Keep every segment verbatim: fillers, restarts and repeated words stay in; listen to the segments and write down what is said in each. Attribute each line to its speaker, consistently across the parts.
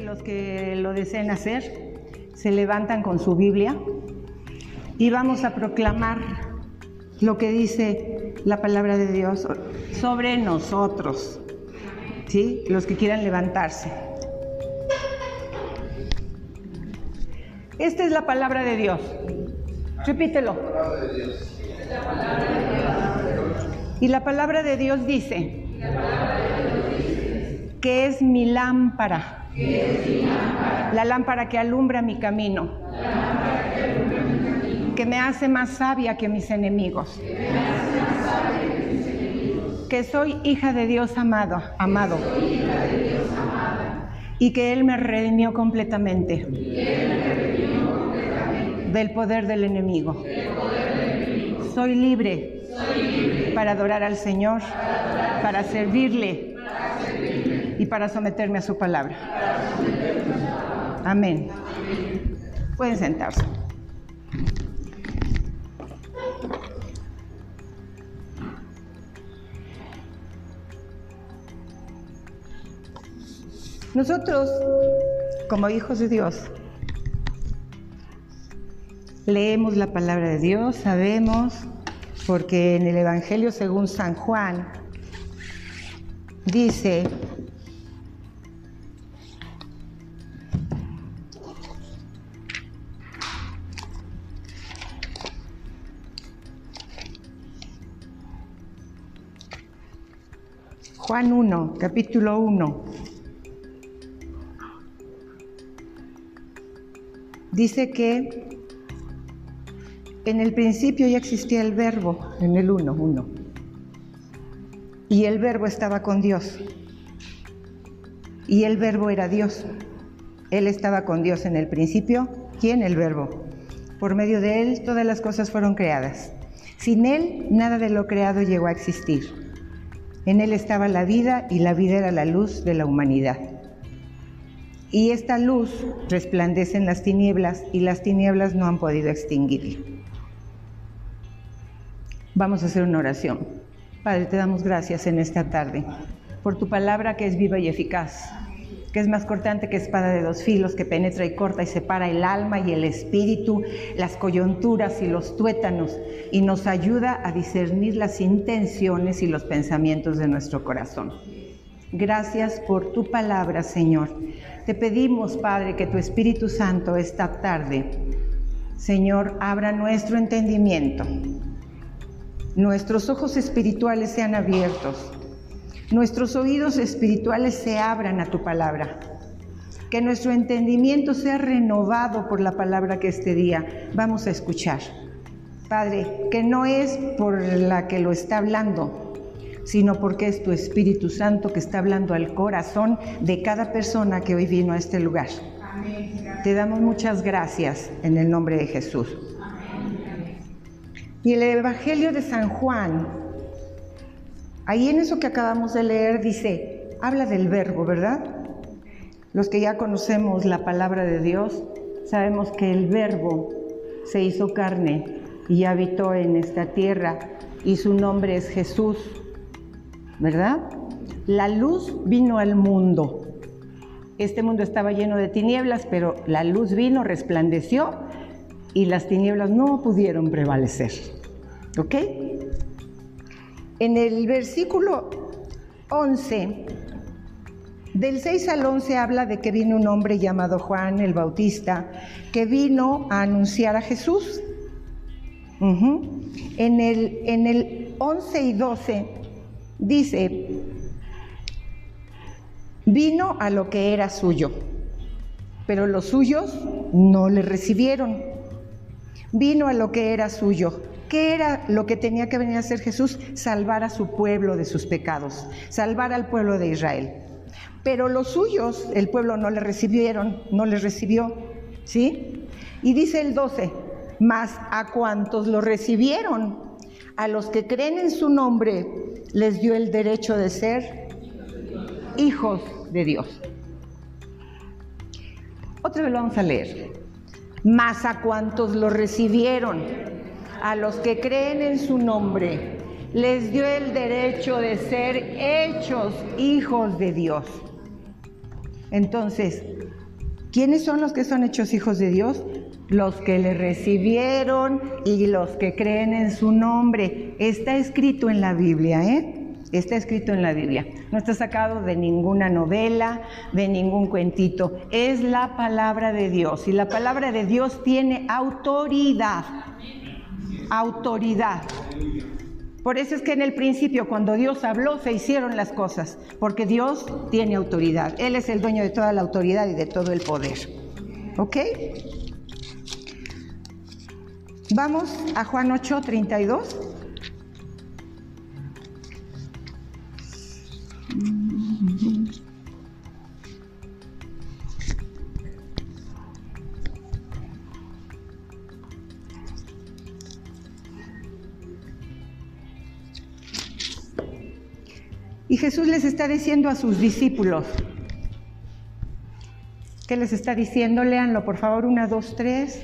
Speaker 1: los que lo deseen hacer, se levantan con su Biblia y vamos a proclamar lo que dice la palabra de Dios sobre nosotros, ¿sí? Los que quieran levantarse. Esta es la palabra de Dios. Repítelo. Y la palabra de Dios dice que es mi lámpara, la lámpara que alumbra mi camino, que me hace más sabia que mis enemigos, que soy hija de Dios amado, amado, y que Él me redimió completamente del poder del enemigo. Soy libre para adorar al Señor, para servirle y para someterme a su palabra. Amén. Pueden sentarse. Nosotros, como hijos de Dios, leemos la palabra de Dios, sabemos, porque en el Evangelio según San Juan dice: Juan uno, capítulo uno, dice que en el principio ya existía el verbo, en el uno, uno, y el verbo estaba con Dios, y el verbo era Dios. Él estaba con Dios en el principio. ¿Quién? El verbo. Por medio de Él todas las cosas fueron creadas. Sin Él nada de lo creado llegó a existir. En Él estaba la vida, y la vida era la luz de la humanidad. Y esta luz resplandece en las tinieblas, y las tinieblas no han podido extinguirla. Vamos a hacer una oración. Padre, te damos gracias en esta tarde por tu palabra que es viva y eficaz, que es más cortante que espada de dos filos, que penetra y corta y separa el alma y el espíritu, las coyunturas y los tuétanos, y nos ayuda a discernir las intenciones y los pensamientos de nuestro corazón. Gracias por tu palabra, Señor. Te pedimos, Padre, que tu Espíritu Santo esta tarde, Señor, abra nuestro entendimiento. Nuestros ojos espirituales sean abiertos, nuestros oídos espirituales se abran a tu palabra, que nuestro entendimiento sea renovado por la palabra que este día vamos a escuchar. Padre, que no es por la que lo está hablando, sino porque es tu Espíritu Santo que está hablando al corazón de cada persona que hoy vino a este lugar. Amén. Te damos muchas gracias en el nombre de Jesús. Y el Evangelio de San Juan, ahí en eso que acabamos de leer, dice, habla del verbo, ¿verdad? Los que ya conocemos la palabra de Dios, sabemos que el verbo se hizo carne y habitó en esta tierra, y su nombre es Jesús, ¿verdad? La luz vino al mundo. Este mundo estaba lleno de tinieblas, pero la luz vino, resplandeció, y las tinieblas no pudieron prevalecer. ¿Ok? En el versículo once, del seis al once, habla de que vino un hombre llamado Juan el Bautista, que vino a anunciar a Jesús. Uh-huh. En el, en el once y doce dice: vino a lo que era suyo, pero los suyos no le recibieron. Vino a lo que era suyo. ¿Qué era lo que tenía que venir a hacer Jesús? Salvar a su pueblo de sus pecados, salvar al pueblo de Israel. Pero los suyos, el pueblo no le recibieron, no les recibió, ¿sí? Y dice el doce, mas a cuantos lo recibieron, a los que creen en su nombre, les dio el derecho de ser hijos de Dios. Otra vez lo vamos a leer. Mas a cuantos lo recibieron, a los que creen en su nombre, les dio el derecho de ser hechos hijos de Dios. Entonces, ¿Quiénes son los que son hechos hijos de Dios? Los que le recibieron y los que creen en su nombre. Está escrito en la Biblia, ¿eh? Está escrito en la Biblia. No está sacado de ninguna novela, de ningún cuentito. Es la palabra de Dios. Y la palabra de Dios tiene autoridad. Autoridad. Por eso es que en el principio, cuando Dios habló, se hicieron las cosas, porque Dios tiene autoridad. Él es el dueño de toda la autoridad y de todo el poder. ¿Ok? Vamos a Juan ocho, treinta y dos. Y Jesús les está diciendo a sus discípulos, ¿qué les está diciendo? Léanlo, por favor, una, dos, tres.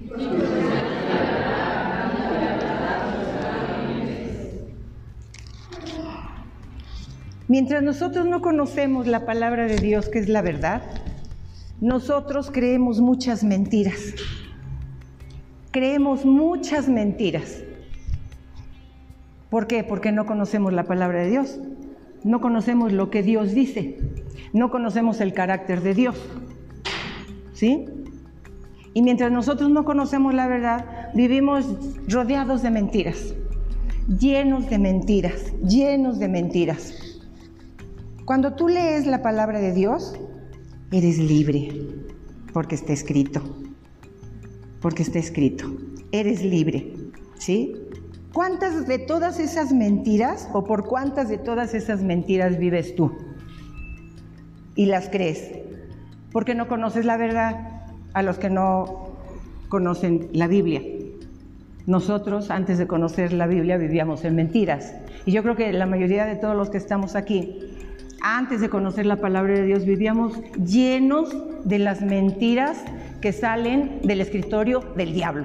Speaker 1: Mientras nosotros no conocemos la palabra de Dios, que es la verdad, nosotros creemos muchas mentiras. Creemos muchas mentiras. ¿Por qué? Porque no conocemos la palabra de Dios. No conocemos lo que Dios dice, no conocemos el carácter de Dios, ¿sí? Y mientras nosotros no conocemos la verdad, vivimos rodeados de mentiras, llenos de mentiras, llenos de mentiras. Cuando tú lees la palabra de Dios, eres libre, porque está escrito, porque está escrito, eres libre, ¿sí? ¿Cuántas de todas esas mentiras o por cuántas de todas esas mentiras vives tú? Y las crees, porque no conoces la verdad. A los que no conocen la Biblia. Nosotros, antes de conocer la Biblia, vivíamos en mentiras. Y yo creo que la mayoría de todos los que estamos aquí, antes de conocer la palabra de Dios, vivíamos llenos de las mentiras que salen del escritorio del diablo.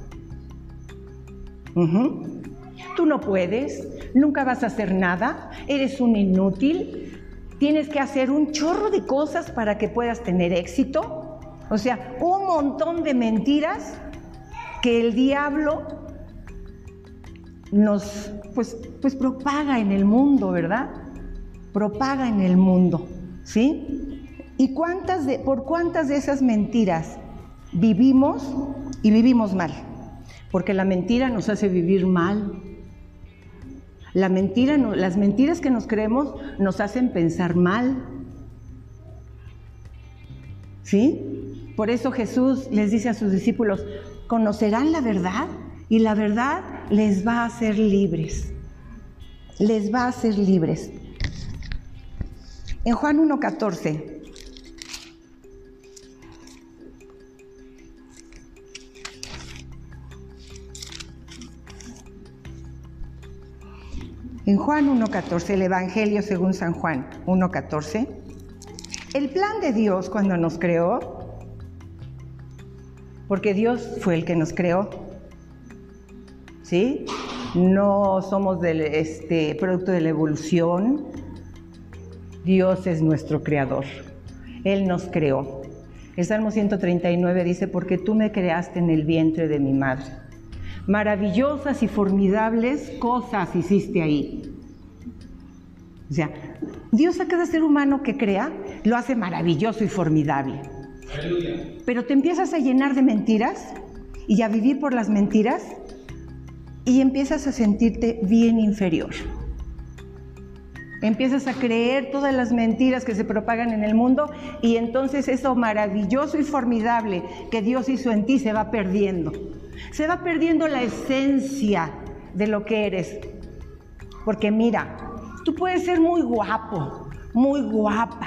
Speaker 1: Uh-huh. Tú no puedes, nunca vas a hacer nada, eres un inútil, tienes que hacer un chorro de cosas para que puedas tener éxito. O sea, un montón de mentiras que el diablo nos, pues, pues propaga en el mundo, ¿verdad? Propaga en el mundo, ¿sí? ¿Y cuántas de, por cuántas de esas mentiras vivimos y vivimos mal? Porque la mentira nos hace vivir mal. La mentira, las mentiras que nos creemos nos hacen pensar mal. ¿Sí? Por eso Jesús les dice a sus discípulos, conocerán la verdad y la verdad les va a hacer libres. Les va a hacer libres. En Juan uno catorce. En Juan uno catorce, el Evangelio según San Juan uno catorce, el plan de Dios cuando nos creó, porque Dios fue el que nos creó, ¿sí? No somos del, este, producto de la evolución, Dios es nuestro creador, Él nos creó. El Salmo ciento treinta y nueve dice, porque tú me creaste en el vientre de mi madre. Maravillosas y formidables cosas hiciste ahí. O sea, Dios a cada ser humano que crea lo hace maravilloso y formidable. Aleluya. Pero te empiezas a llenar de mentiras y a vivir por las mentiras y empiezas a sentirte bien inferior. Empiezas a creer todas las mentiras que se propagan en el mundo y entonces eso maravilloso y formidable que Dios hizo en ti se va perdiendo. Se va perdiendo la esencia de lo que eres. Porque mira, tú puedes ser muy guapo, muy guapa,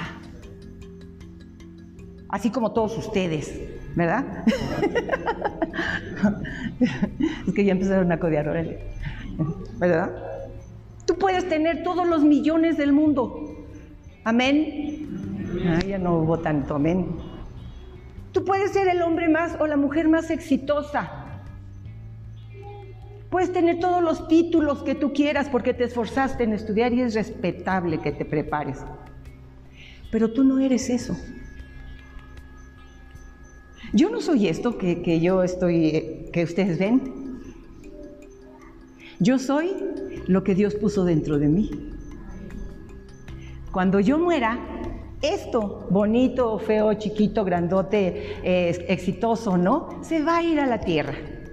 Speaker 1: así como todos ustedes, ¿verdad? Es que ya empezaron a codear, órale, ¿verdad? Tú puedes tener todos los millones del mundo, amén. Ah, ya no hubo tanto, amén. Tú puedes ser el hombre más o la mujer más exitosa. Puedes tener todos los títulos que tú quieras porque te esforzaste en estudiar y es respetable que te prepares. Pero tú no eres eso. Yo no soy esto que, que yo estoy, que ustedes ven. Yo soy lo que Dios puso dentro de mí. Cuando yo muera, esto, bonito, feo, chiquito, grandote, eh, exitoso, ¿no? Se va a ir a la tierra.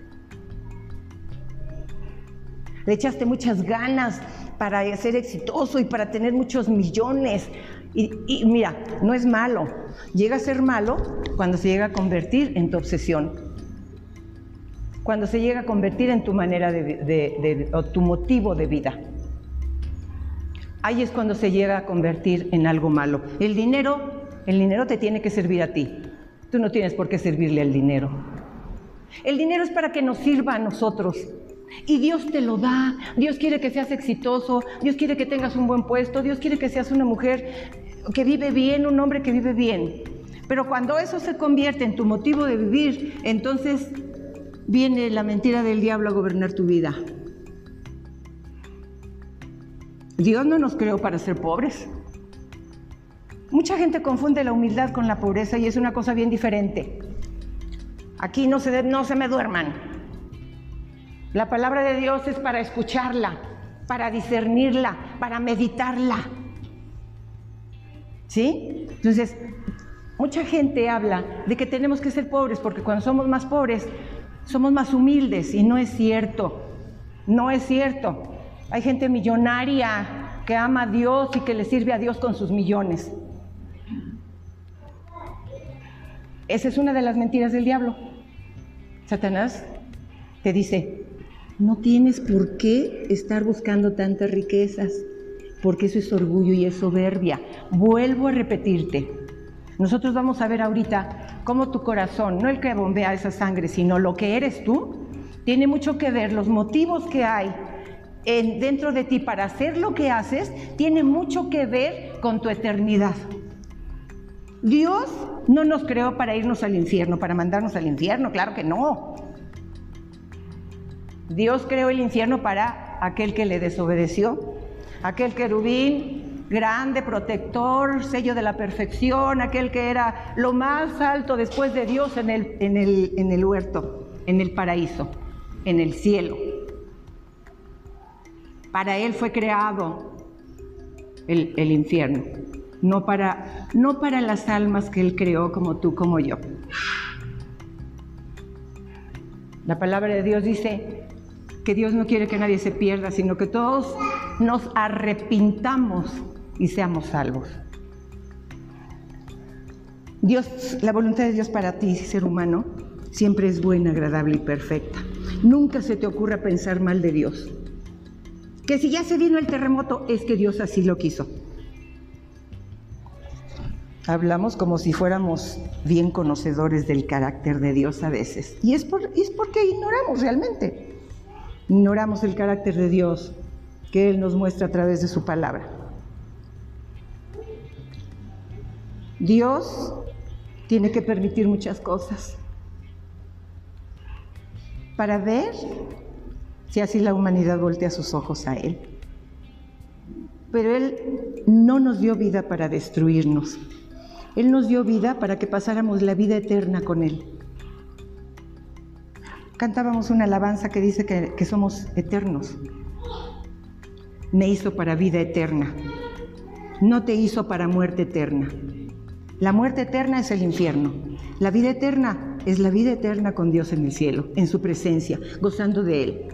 Speaker 1: Le echaste muchas ganas para ser exitoso y para tener muchos millones. Y, y mira, no es malo. Llega a ser malo cuando se llega a convertir en tu obsesión. Cuando se llega a convertir en tu manera de, de, de, o tu motivo de vida. Ahí es cuando se llega a convertir en algo malo. El dinero, el dinero te tiene que servir a ti. Tú no tienes por qué servirle al dinero. El dinero es para que nos sirva a nosotros. Y Dios te lo da. Dios quiere que seas exitoso. Dios quiere que tengas un buen puesto. Dios quiere que seas una mujer que vive bien, un hombre que vive bien. Pero cuando eso se convierte en tu motivo de vivir, entonces viene la mentira del diablo a gobernar tu vida. Dios no nos creó para ser pobres. Mucha gente confunde la humildad con la pobreza y es una cosa bien diferente. Aquí no se, no se me duerman. La palabra de Dios es para escucharla, para discernirla, para meditarla. ¿Sí? Entonces, mucha gente habla de que tenemos que ser pobres porque cuando somos más pobres, somos más humildes y no es cierto. No es cierto. Hay gente millonaria que ama a Dios y que le sirve a Dios con sus millones. Esa es una de las mentiras del diablo. Satanás te dice, no tienes por qué estar buscando tantas riquezas, porque eso es orgullo y es soberbia. Vuelvo a repetirte. Nosotros vamos a ver ahorita cómo tu corazón, no el que bombea esa sangre, sino lo que eres tú, tiene mucho que ver, los motivos que hay en, dentro de ti para hacer lo que haces, tiene mucho que ver con tu eternidad. Dios no nos creó para irnos al infierno, para mandarnos al infierno, claro que no. Dios creó el infierno para aquel que le desobedeció, aquel querubín grande, protector, sello de la perfección, aquel que era lo más alto después de Dios en el, en el, en el huerto, en el paraíso, en el cielo. Para él fue creado el, el infierno, no para, no para las almas que él creó como tú, como yo. La palabra de Dios dice que Dios no quiere que nadie se pierda, sino que todos nos arrepintamos y seamos salvos. Dios, la voluntad de Dios para ti, ser humano, siempre es buena, agradable y perfecta. Nunca se te ocurra pensar mal de Dios. Que si ya se vino el terremoto, es que Dios así lo quiso. Hablamos como si fuéramos bien conocedores del carácter de Dios a veces. Y es, por, es porque ignoramos realmente. Ignoramos el carácter de Dios que Él nos muestra a través de su palabra. Dios tiene que permitir muchas cosas para ver si así la humanidad voltea sus ojos a Él. Pero Él no nos dio vida para destruirnos. Él nos dio vida para que pasáramos la vida eterna con Él. Cantábamos una alabanza que dice que, que somos eternos. Me hizo para vida eterna. No te hizo para muerte eterna. La muerte eterna es el infierno. La vida eterna es la vida eterna con Dios en el cielo, en su presencia, gozando de Él.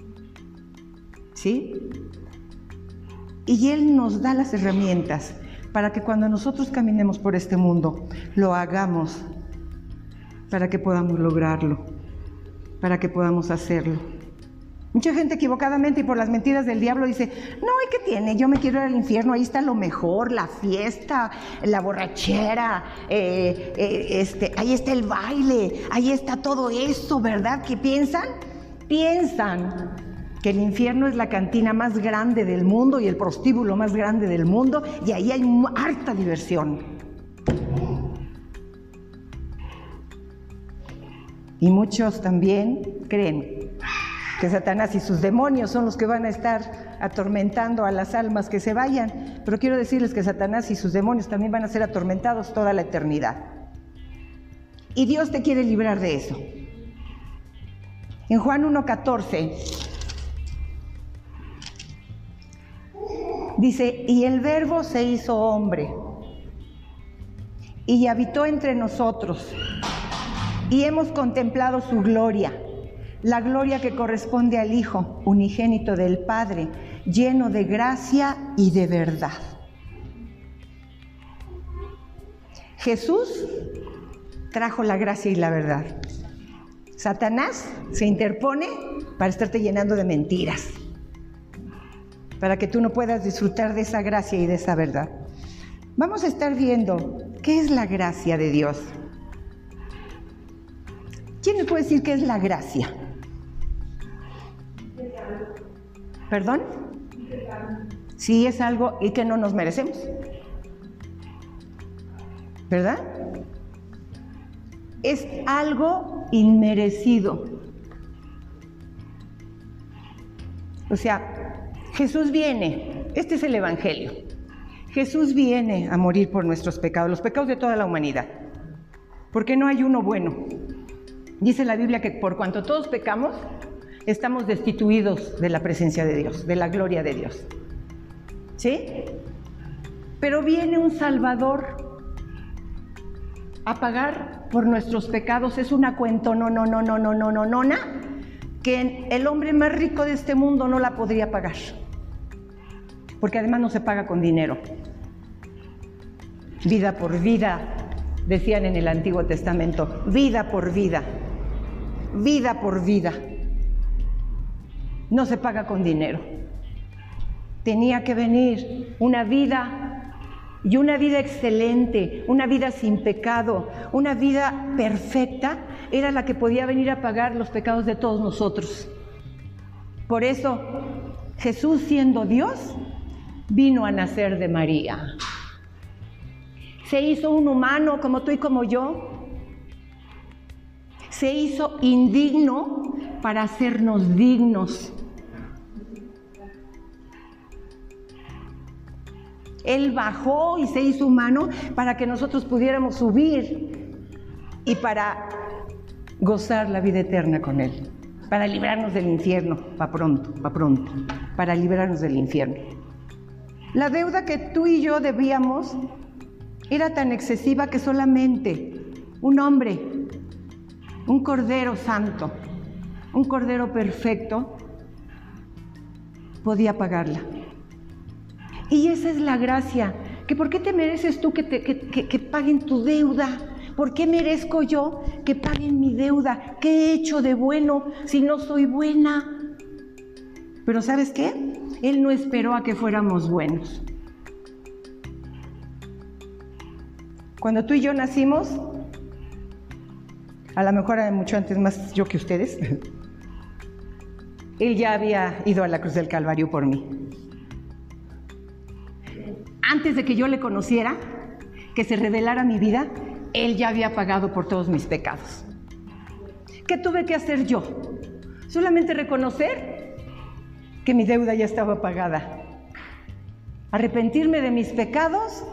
Speaker 1: ¿Sí? Y Él nos da las herramientas para que cuando nosotros caminemos por este mundo, lo hagamos para que podamos lograrlo, para que podamos hacerlo. Mucha gente equivocadamente y por las mentiras del diablo dice, no, ¿y qué tiene? Yo me quiero ir al infierno, ahí está lo mejor, la fiesta, la borrachera, eh, eh, este, ahí está el baile, ahí está todo eso, ¿verdad? ¿Qué piensan? Piensan que el infierno es la cantina más grande del mundo y el prostíbulo más grande del mundo y ahí hay harta diversión. Y muchos también creen que Satanás y sus demonios son los que van a estar atormentando a las almas que se vayan, pero quiero decirles que Satanás y sus demonios también van a ser atormentados toda la eternidad. Y Dios te quiere librar de eso. En Juan uno catorce dice, y el Verbo se hizo hombre y habitó entre nosotros, y hemos contemplado su gloria, la gloria que corresponde al Hijo unigénito del Padre, lleno de gracia y de verdad. Jesús trajo la gracia y la verdad. Satanás se interpone para estarte llenando de mentiras, para que tú no puedas disfrutar de esa gracia y de esa verdad. Vamos a estar viendo qué es la gracia de Dios. ¿Quién me puede decir qué es la gracia? ¿Perdón? Sí, es algo y que no nos merecemos, ¿verdad? Es algo inmerecido. O sea, Jesús viene, este es el Evangelio. Jesús viene a morir por nuestros pecados, los pecados de toda la humanidad, porque no hay uno bueno. Dice la Biblia que por cuanto todos pecamos, estamos destituidos de la presencia de Dios, de la gloria de Dios. ¿Sí? Pero viene un Salvador a pagar por nuestros pecados. Es una cuento, no, no, no, no, no, no, no, no, que el hombre más rico de este mundo no la podría pagar. Porque además no se paga con dinero. Vida por vida, decían en el Antiguo Testamento, vida por vida, vida por vida. No se paga con dinero. Tenía que venir una vida y una vida excelente, una vida sin pecado, una vida perfecta, era la que podía venir a pagar los pecados de todos nosotros. Por eso, Jesús, siendo Dios, vino a nacer de María. Se hizo un humano como tú y como yo. Se hizo indigno para hacernos dignos. Él bajó y se hizo humano para que nosotros pudiéramos subir y para gozar la vida eterna con Él, para librarnos del infierno, para pronto, para pronto, para librarnos del infierno. La deuda que tú y yo debíamos era tan excesiva que solamente un hombre, un cordero santo, un cordero perfecto, podía pagarla. Y esa es la gracia, que ¿por qué te mereces tú que, te, que, que, que paguen tu deuda? ¿Por qué merezco yo que paguen mi deuda? ¿Qué he hecho de bueno si no soy buena? Pero ¿sabes qué? Él no esperó a que fuéramos buenos. Cuando tú y yo nacimos, a lo mejor era mucho antes más yo que ustedes, Él ya había ido a la cruz del Calvario por mí. Antes de que yo le conociera, que se revelara mi vida, Él ya había pagado por todos mis pecados. ¿Qué tuve que hacer yo? Solamente reconocer que mi deuda ya estaba pagada, arrepentirme de mis pecados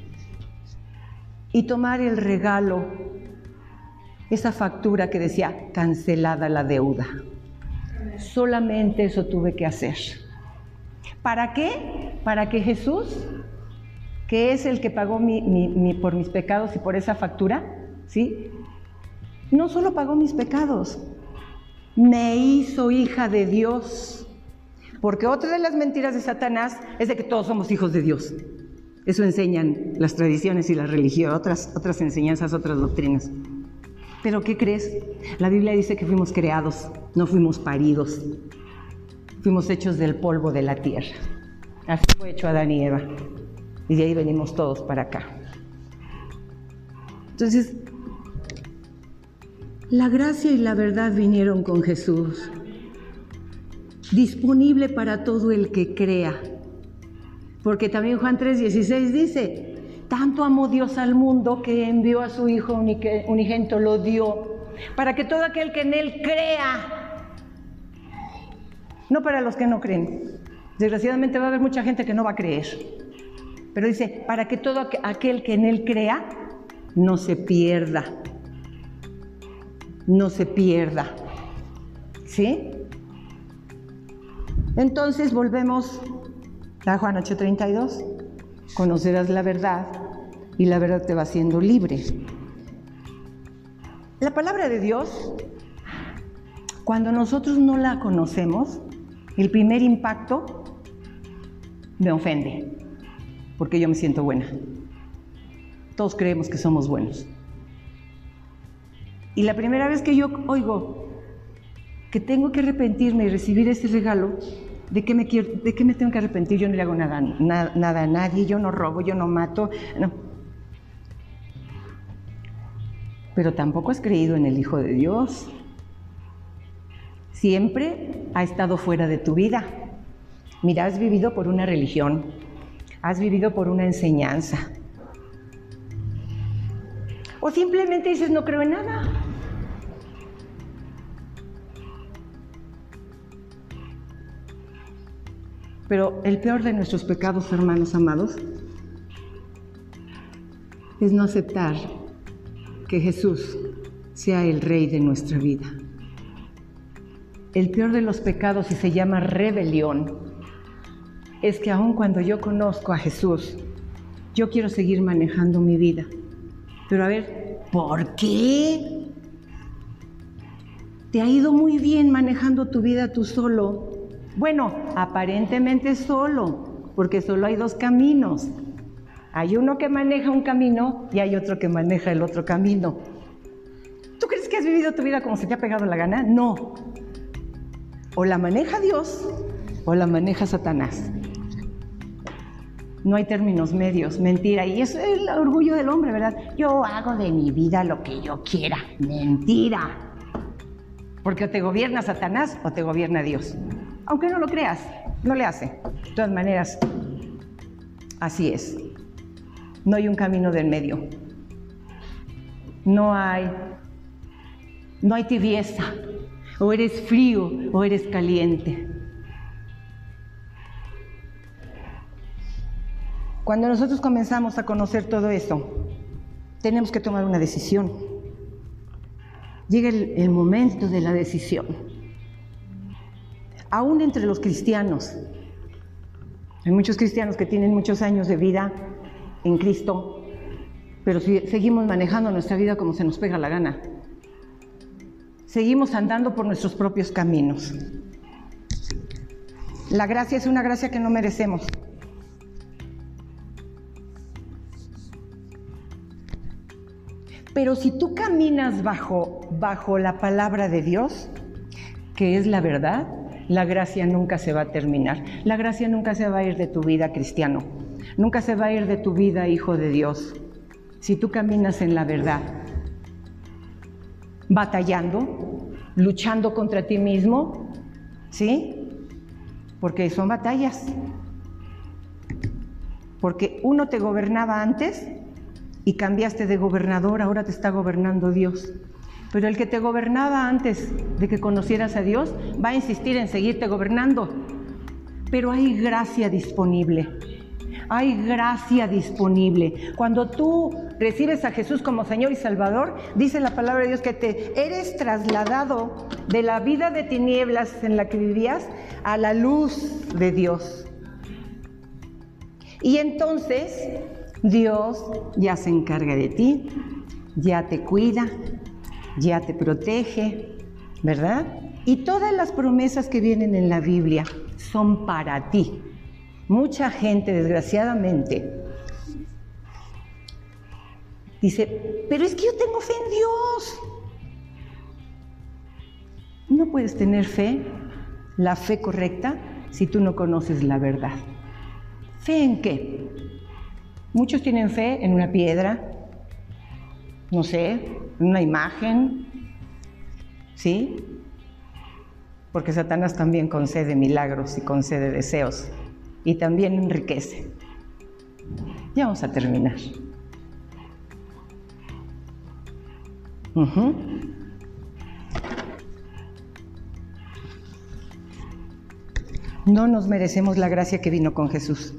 Speaker 1: y tomar el regalo, esa factura que decía cancelada la deuda. Solamente eso tuve que hacer. ¿Para qué? Para que Jesús, que es el que pagó mi, mi, mi, por mis pecados y por esa factura, ¿sí? No solo pagó mis pecados, me hizo hija de Dios. Porque otra de las mentiras de Satanás es de que todos somos hijos de Dios. Eso enseñan las tradiciones y la religión, otras, otras enseñanzas, otras doctrinas. ¿Pero qué crees? La Biblia dice que fuimos creados, no fuimos paridos. Fuimos hechos del polvo de la tierra. Así fue hecho Adán y Eva. Y de ahí venimos todos para acá. Entonces, la gracia y la verdad vinieron con Jesús, disponible para todo el que crea. Porque también Juan tres dieciséis dice, tanto amó Dios al mundo que envió a su Hijo unigénito, lo dio, para que todo aquel que en Él crea, no para los que no creen. Desgraciadamente va a haber mucha gente que no va a creer. Pero dice, para que todo aquel que en Él crea, no se pierda, no se pierda. ¿Sí? Entonces volvemos a Juan ocho treinta y dos. Conocerás la verdad y la verdad te va haciendo libre. La palabra de Dios, cuando nosotros no la conocemos, el primer impacto me ofende, porque yo me siento buena. Todos creemos que somos buenos. Y la primera vez que yo oigo que tengo que arrepentirme y recibir ese regalo, ¿de qué me, quiero, de qué me tengo que arrepentir? Yo no le hago nada, nada, nada a nadie, yo no robo, yo no mato, no. Pero tampoco has creído en el Hijo de Dios. Siempre ha estado fuera de tu vida. Mira, has vivido por una religión, has vivido por una enseñanza. O simplemente dices, no creo en nada. Pero el peor de nuestros pecados, hermanos amados, es no aceptar que Jesús sea el Rey de nuestra vida. El peor de los pecados, y se llama rebelión, es que aun cuando yo conozco a Jesús, yo quiero seguir manejando mi vida. Pero a ver, ¿por qué? Te ha ido muy bien manejando tu vida tú solo. Bueno, aparentemente solo, porque solo hay dos caminos. Hay uno que maneja un camino y hay otro que maneja el otro camino. ¿Tú crees que has vivido tu vida como se te ha pegado la gana? No. O la maneja Dios o la maneja Satanás. No hay términos medios, mentira. Y eso es el orgullo del hombre, ¿verdad? Yo hago de mi vida lo que yo quiera. Mentira. Porque o te gobierna Satanás o te gobierna Dios. Aunque no lo creas, no le hace. De todas maneras, así es. No hay un camino del medio. No hay, no hay tibieza. O eres frío o eres caliente. Cuando nosotros comenzamos a conocer todo esto, tenemos que tomar una decisión. Llega el, el momento de la decisión. Aún entre los cristianos, hay muchos cristianos que tienen muchos años de vida en Cristo, pero si seguimos manejando nuestra vida como se nos pega la gana. Seguimos andando por nuestros propios caminos. La gracia es una gracia que no merecemos. Pero si tú caminas bajo, bajo la palabra de Dios, que es la verdad, la gracia nunca se va a terminar. La gracia nunca se va a ir de tu vida, cristiano. Nunca se va a ir de tu vida, hijo de Dios. Si tú caminas en la verdad, batallando, luchando contra ti mismo, ¿sí? Porque son batallas. Porque uno te gobernaba antes y cambiaste de gobernador, ahora te está gobernando Dios. Pero el que te gobernaba antes de que conocieras a Dios va a insistir en seguirte gobernando. Pero hay gracia disponible. Hay gracia disponible. Cuando tú recibes a Jesús como Señor y Salvador, dice la palabra de Dios que te eres trasladado de la vida de tinieblas en la que vivías a la luz de Dios. Y entonces Dios ya se encarga de ti, ya te cuida, ya te protege, ¿verdad? Y todas las promesas que vienen en la Biblia son para ti. Mucha gente, desgraciadamente, dice, pero es que yo tengo fe en Dios. No puedes tener fe, la fe correcta, si tú no conoces la verdad. ¿Fe en qué? Muchos tienen fe en una piedra, no sé, en una imagen, ¿sí? Porque Satanás también concede milagros y concede deseos y también enriquece. Ya vamos a terminar. Uh-huh. No nos merecemos la gracia que vino con Jesús.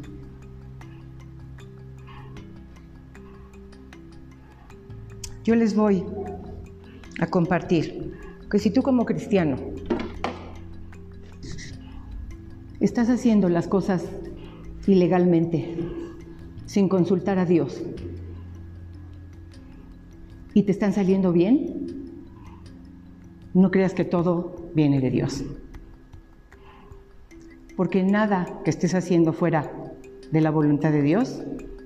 Speaker 1: Yo les voy a compartir que si tú como cristiano estás haciendo las cosas ilegalmente, sin consultar a Dios, y te están saliendo bien, no creas que todo viene de Dios. Porque nada que estés haciendo fuera de la voluntad de Dios,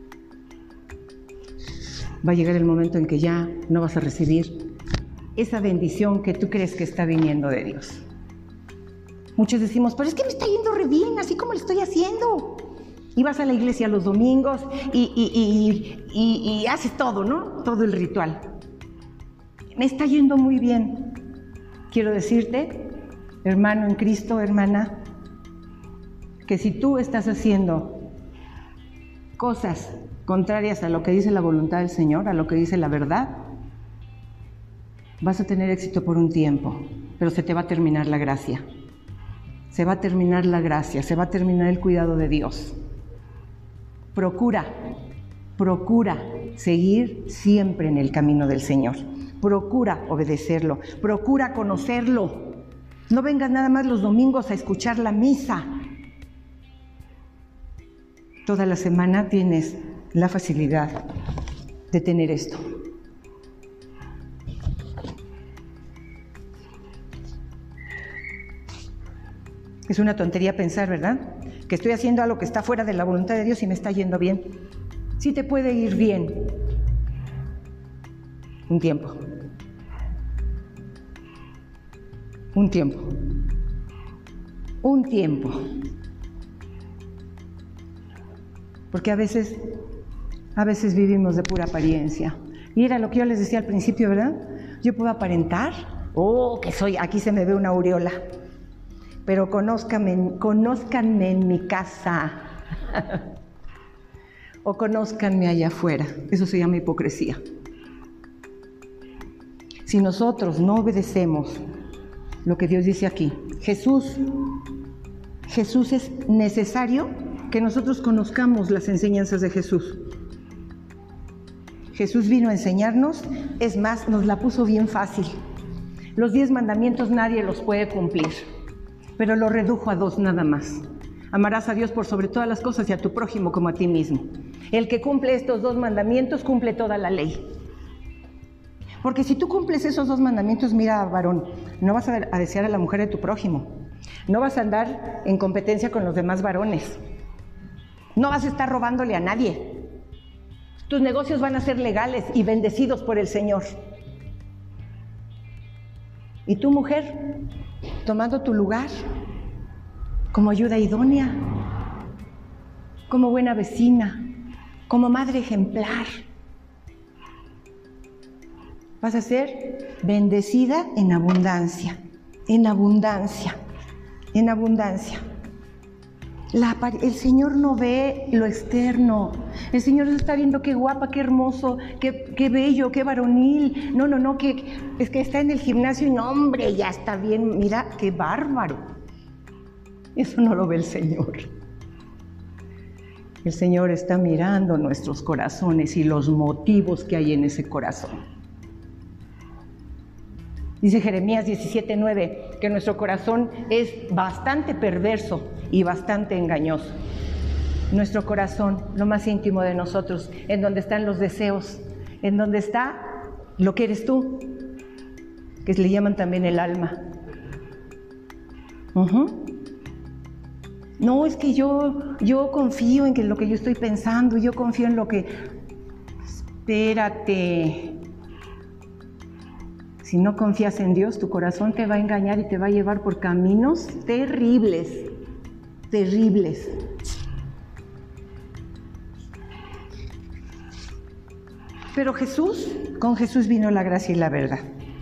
Speaker 1: va a llegar el momento en que ya no vas a recibir esa bendición que tú crees que está viniendo de Dios. Muchos decimos, pero es que me está yendo re bien, así como lo estoy haciendo. Y vas a la iglesia los domingos y, y, y, y, y haces todo, ¿no? Todo el ritual. Me está yendo muy bien. Quiero decirte, hermano en Cristo, hermana, que si tú estás haciendo cosas contrarias a lo que dice la voluntad del Señor, a lo que dice la verdad, vas a tener éxito por un tiempo, pero se te va a terminar la gracia. Se va a terminar la gracia, se va a terminar el cuidado de Dios. Procura, procura seguir siempre en el camino del Señor. Procura obedecerlo, procura conocerlo. No vengas nada más los domingos a escuchar la misa. Toda la semana tienes la facilidad de tener esto. Es una tontería pensar, ¿verdad? Que estoy haciendo algo que está fuera de la voluntad de Dios y me está yendo bien. Sí te puede ir bien. Un tiempo. Un tiempo. Un tiempo. Porque a veces, a veces vivimos de pura apariencia. Y era lo que yo les decía al principio, ¿verdad? Yo puedo aparentar, oh, que soy, aquí se me ve una aureola. Pero conózcanme, conózcanme en mi casa. O conózcanme allá afuera. Eso se llama hipocresía. Si nosotros no obedecemos lo que Dios dice aquí, Jesús, Jesús es necesario que nosotros conozcamos las enseñanzas de Jesús. Jesús vino a enseñarnos, es más, nos la puso bien fácil. Los diez mandamientos nadie los puede cumplir, pero lo redujo a dos nada más. Amarás a Dios por sobre todas las cosas y a tu prójimo como a ti mismo. El que cumple estos dos mandamientos cumple toda la ley. Porque si tú cumples esos dos mandamientos, mira, varón, no vas a desear a la mujer de tu prójimo. No vas a andar en competencia con los demás varones. No vas a estar robándole a nadie. Tus negocios van a ser legales y bendecidos por el Señor. Y tú, mujer, tomando tu lugar como ayuda idónea, como buena vecina, como madre ejemplar, vas a ser bendecida en abundancia, en abundancia, en abundancia. La, el Señor no ve lo externo. El Señor está viendo qué guapa, qué hermoso, qué, qué bello, qué varonil. No, no, no, que es que está en el gimnasio y no, hombre, ya está bien. Mira, qué bárbaro. Eso no lo ve el Señor. El Señor está mirando nuestros corazones y los motivos que hay en ese corazón. Dice Jeremías diecisiete nueve que nuestro corazón es bastante perverso y bastante engañoso. Nuestro corazón, lo más íntimo de nosotros, en donde están los deseos, en donde está lo que eres tú, que le llaman también el alma. Uh-huh. No, es que yo, yo confío en que lo que yo estoy pensando, yo confío en lo que... Espérate. Si no confías en Dios, tu corazón te va a engañar y te va a llevar por caminos terribles, terribles. Pero Jesús, con Jesús vino la gracia y la verdad.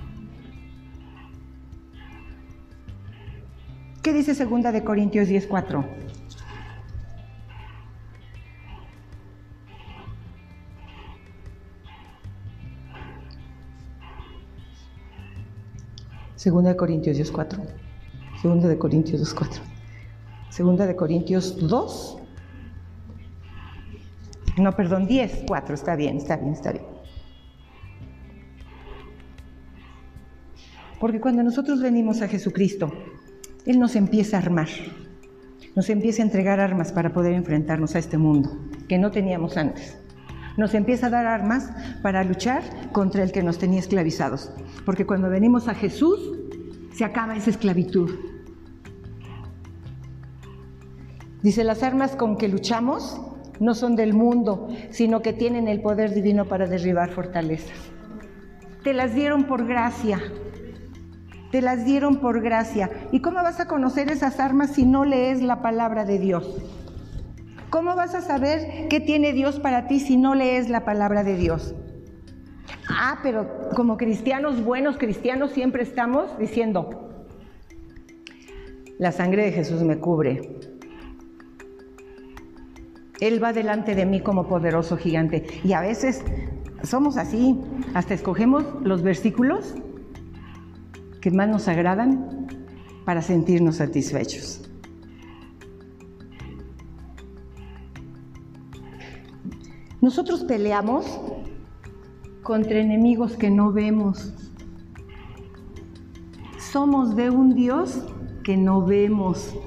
Speaker 1: ¿Qué dice segunda de Corintios diez cuatro? Segunda de Corintios diez cuatro. Segunda de Corintios dos cuatro. Segunda de Corintios dos. No, perdón, diez cuatro. Está bien, está bien, está bien. Porque cuando nosotros venimos a Jesucristo, Él nos empieza a armar, nos empieza a entregar armas para poder enfrentarnos a este mundo que no teníamos antes. Nos empieza a dar armas para luchar contra el que nos tenía esclavizados. Porque cuando venimos a Jesús, se acaba esa esclavitud. Dice, las armas con que luchamos no son del mundo, sino que tienen el poder divino para derribar fortalezas. Te las dieron por gracia. Te las dieron por gracia. ¿Y cómo vas a conocer esas armas si no lees la palabra de Dios? ¿Cómo vas a saber qué tiene Dios para ti si no lees la palabra de Dios? Ah, pero como cristianos, buenos cristianos, siempre estamos diciendo, la sangre de Jesús me cubre. Él va delante de mí como poderoso gigante. Y a veces somos así, hasta escogemos los versículos que más nos agradan para sentirnos satisfechos. Nosotros peleamos contra enemigos que no vemos. Somos de un Dios que no vemos.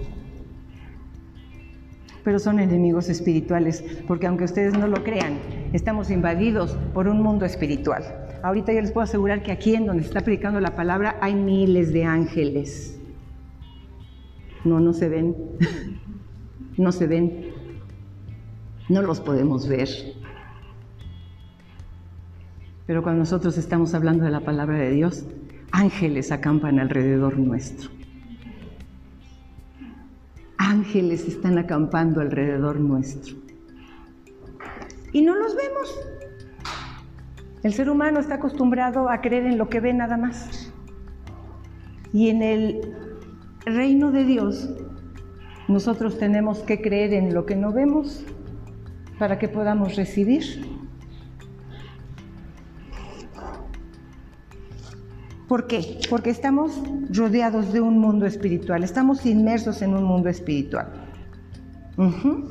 Speaker 1: Pero son enemigos espirituales, porque aunque ustedes no lo crean, estamos invadidos por un mundo espiritual. Ahorita yo les puedo asegurar que aquí en donde se está predicando la palabra hay miles de ángeles. No, no se ven. No se ven. No los podemos ver. Pero cuando nosotros estamos hablando de la palabra de Dios, ángeles acampan alrededor nuestro. Ángeles están acampando alrededor nuestro. Y no los vemos. El ser humano está acostumbrado a creer en lo que ve nada más. Y en el reino de Dios, nosotros tenemos que creer en lo que no vemos para que podamos recibir. ¿Por qué? Porque estamos rodeados de un mundo espiritual, estamos inmersos en un mundo espiritual. Uh-huh.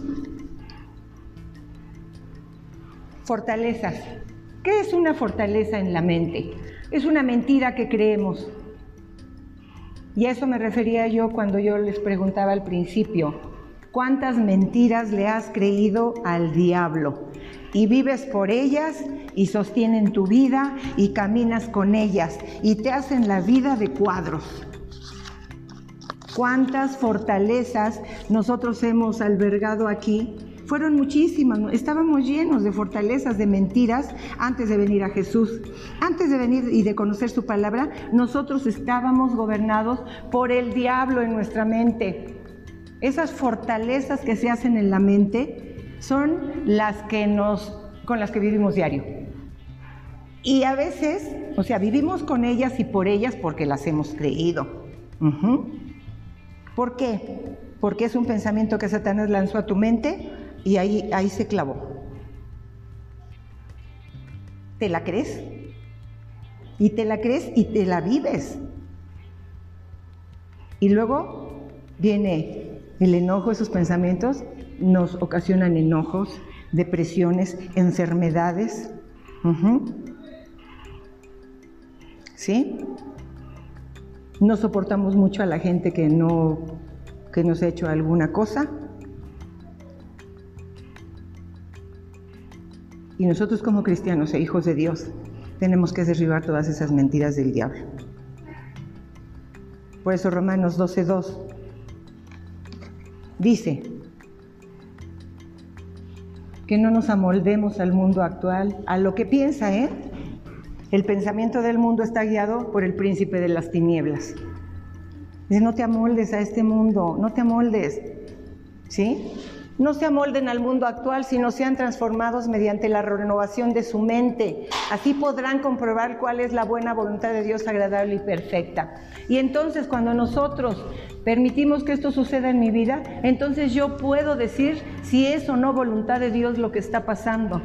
Speaker 1: Fortalezas. ¿Qué es una fortaleza en la mente? Es una mentira que creemos. Y a eso me refería yo cuando yo les preguntaba al principio, ¿cuántas mentiras le has creído al diablo? Y vives por ellas y sostienen tu vida y caminas con ellas y te hacen la vida de cuadros. ¿Cuántas fortalezas nosotros hemos albergado aquí? Fueron muchísimas, estábamos llenos de fortalezas, de mentiras antes de venir a Jesús. Antes de venir y de conocer su palabra, nosotros estábamos gobernados por el diablo en nuestra mente. Esas fortalezas que se hacen en la mente son las que nos, con las que vivimos diario. Y a veces, o sea, vivimos con ellas y por ellas porque las hemos creído. Uh-huh. ¿Por qué? Porque es un pensamiento que Satanás lanzó a tu mente y ahí, ahí se clavó. ¿Te la crees? Y te la crees y te la vives. Y luego viene el enojo, esos pensamientos nos ocasionan enojos, depresiones, enfermedades. Uh-huh. ¿Sí? No soportamos mucho a la gente que, no, que nos ha hecho alguna cosa. Y nosotros como cristianos e hijos de Dios tenemos que derribar todas esas mentiras del diablo. Por eso Romanos doce dos dice que no nos amoldemos al mundo actual, a lo que piensa, ¿eh? El pensamiento del mundo está guiado por el príncipe de las tinieblas. Dice, no te amoldes a este mundo, no te amoldes, ¿sí? No se amolden al mundo actual, sino sean transformados mediante la renovación de su mente. Así podrán comprobar cuál es la buena voluntad de Dios, agradable y perfecta. Y entonces, cuando nosotros permitimos que esto suceda en mi vida, entonces yo puedo decir si es o no voluntad de Dios lo que está pasando.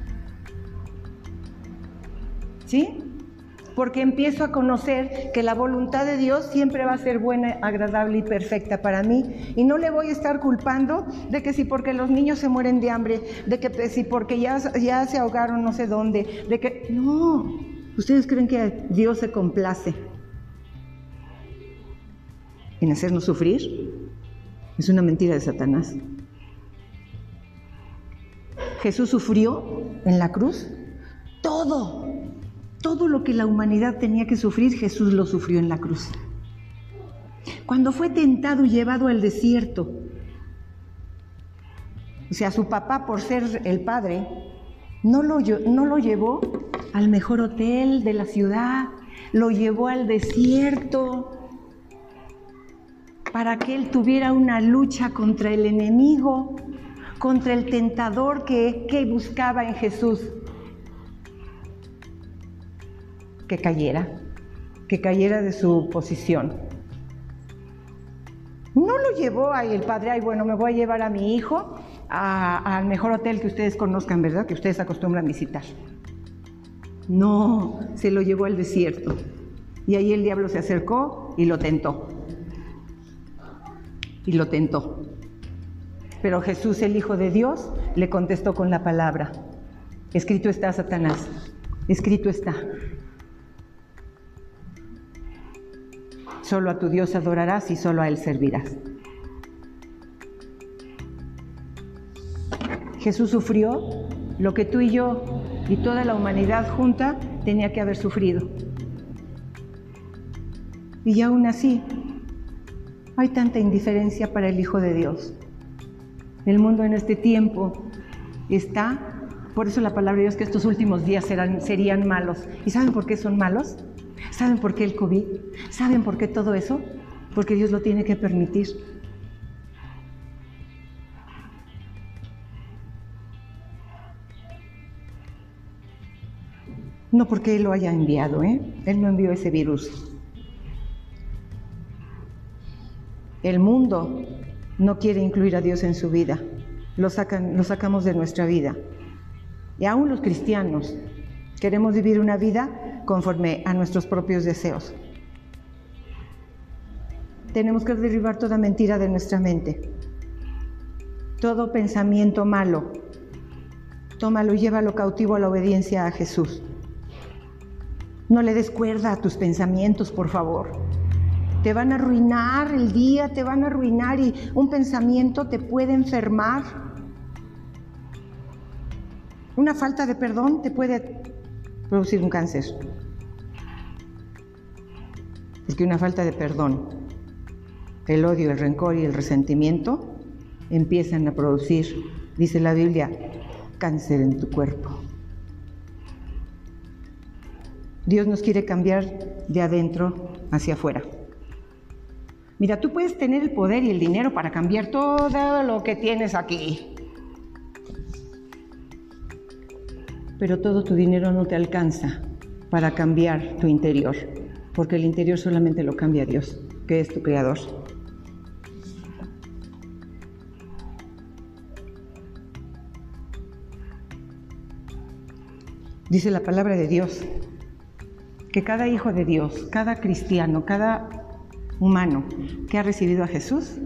Speaker 1: ¿Sí? Porque empiezo a conocer que la voluntad de Dios siempre va a ser buena, agradable y perfecta para mí. Y no le voy a estar culpando de que si porque los niños se mueren de hambre, de que si porque ya, ya se ahogaron no sé dónde, de que... No, ustedes creen que Dios se complace en hacernos sufrir, es una mentira de Satanás. Jesús sufrió en la cruz todo, todo lo que la humanidad tenía que sufrir, Jesús lo sufrió en la cruz. Cuando fue tentado y llevado al desierto, o sea, su papá, por ser el padre, no lo, no lo llevó al mejor hotel de la ciudad, lo llevó al desierto para que él tuviera una lucha contra el enemigo, contra el tentador que, que buscaba en Jesús. Que cayera, que cayera de su posición. No lo llevó ahí el padre, ay, bueno, me voy a llevar a mi hijo a, al mejor hotel que ustedes conozcan, ¿verdad? Que ustedes acostumbran visitar. No, se lo llevó al desierto. Y ahí el diablo se acercó y lo tentó. Y lo tentó. Pero Jesús, el Hijo de Dios, le contestó con la palabra. Escrito está, Satanás, escrito está. Solo a tu Dios adorarás y solo a Él servirás. Jesús sufrió lo que tú y yo y toda la humanidad junta tenía que haber sufrido. Y aún así, hay tanta indiferencia para el Hijo de Dios. El mundo en este tiempo está, por eso la palabra de Dios, que estos últimos días serán, serían malos. ¿Y saben por qué son malos? ¿Saben por qué el COVID? ¿Saben por qué todo eso? Porque Dios lo tiene que permitir. No porque Él lo haya enviado, ¿eh? Él no envió ese virus. El mundo no quiere incluir a Dios en su vida. Lo sacan, lo sacamos de nuestra vida. Y aún los cristianos queremos vivir una vida conforme a nuestros propios deseos. Tenemos que derribar toda mentira de nuestra mente. Todo pensamiento malo, tómalo y llévalo cautivo a la obediencia a Jesús. No le des cuerda a tus pensamientos, por favor. Te van a arruinar el día, te van a arruinar y un pensamiento te puede enfermar. Una falta de perdón te puede producir un cáncer. Porque una falta de perdón, el odio, el rencor y el resentimiento empiezan a producir, dice la Biblia, cáncer en tu cuerpo. Dios nos quiere cambiar de adentro hacia afuera. Mira, tú puedes tener el poder y el dinero para cambiar todo lo que tienes aquí. Pero todo tu dinero no te alcanza para cambiar tu interior, porque el interior solamente lo cambia Dios, que es tu creador. Dice la palabra de Dios que cada hijo de Dios, cada cristiano, cada humano que ha recibido a Jesús,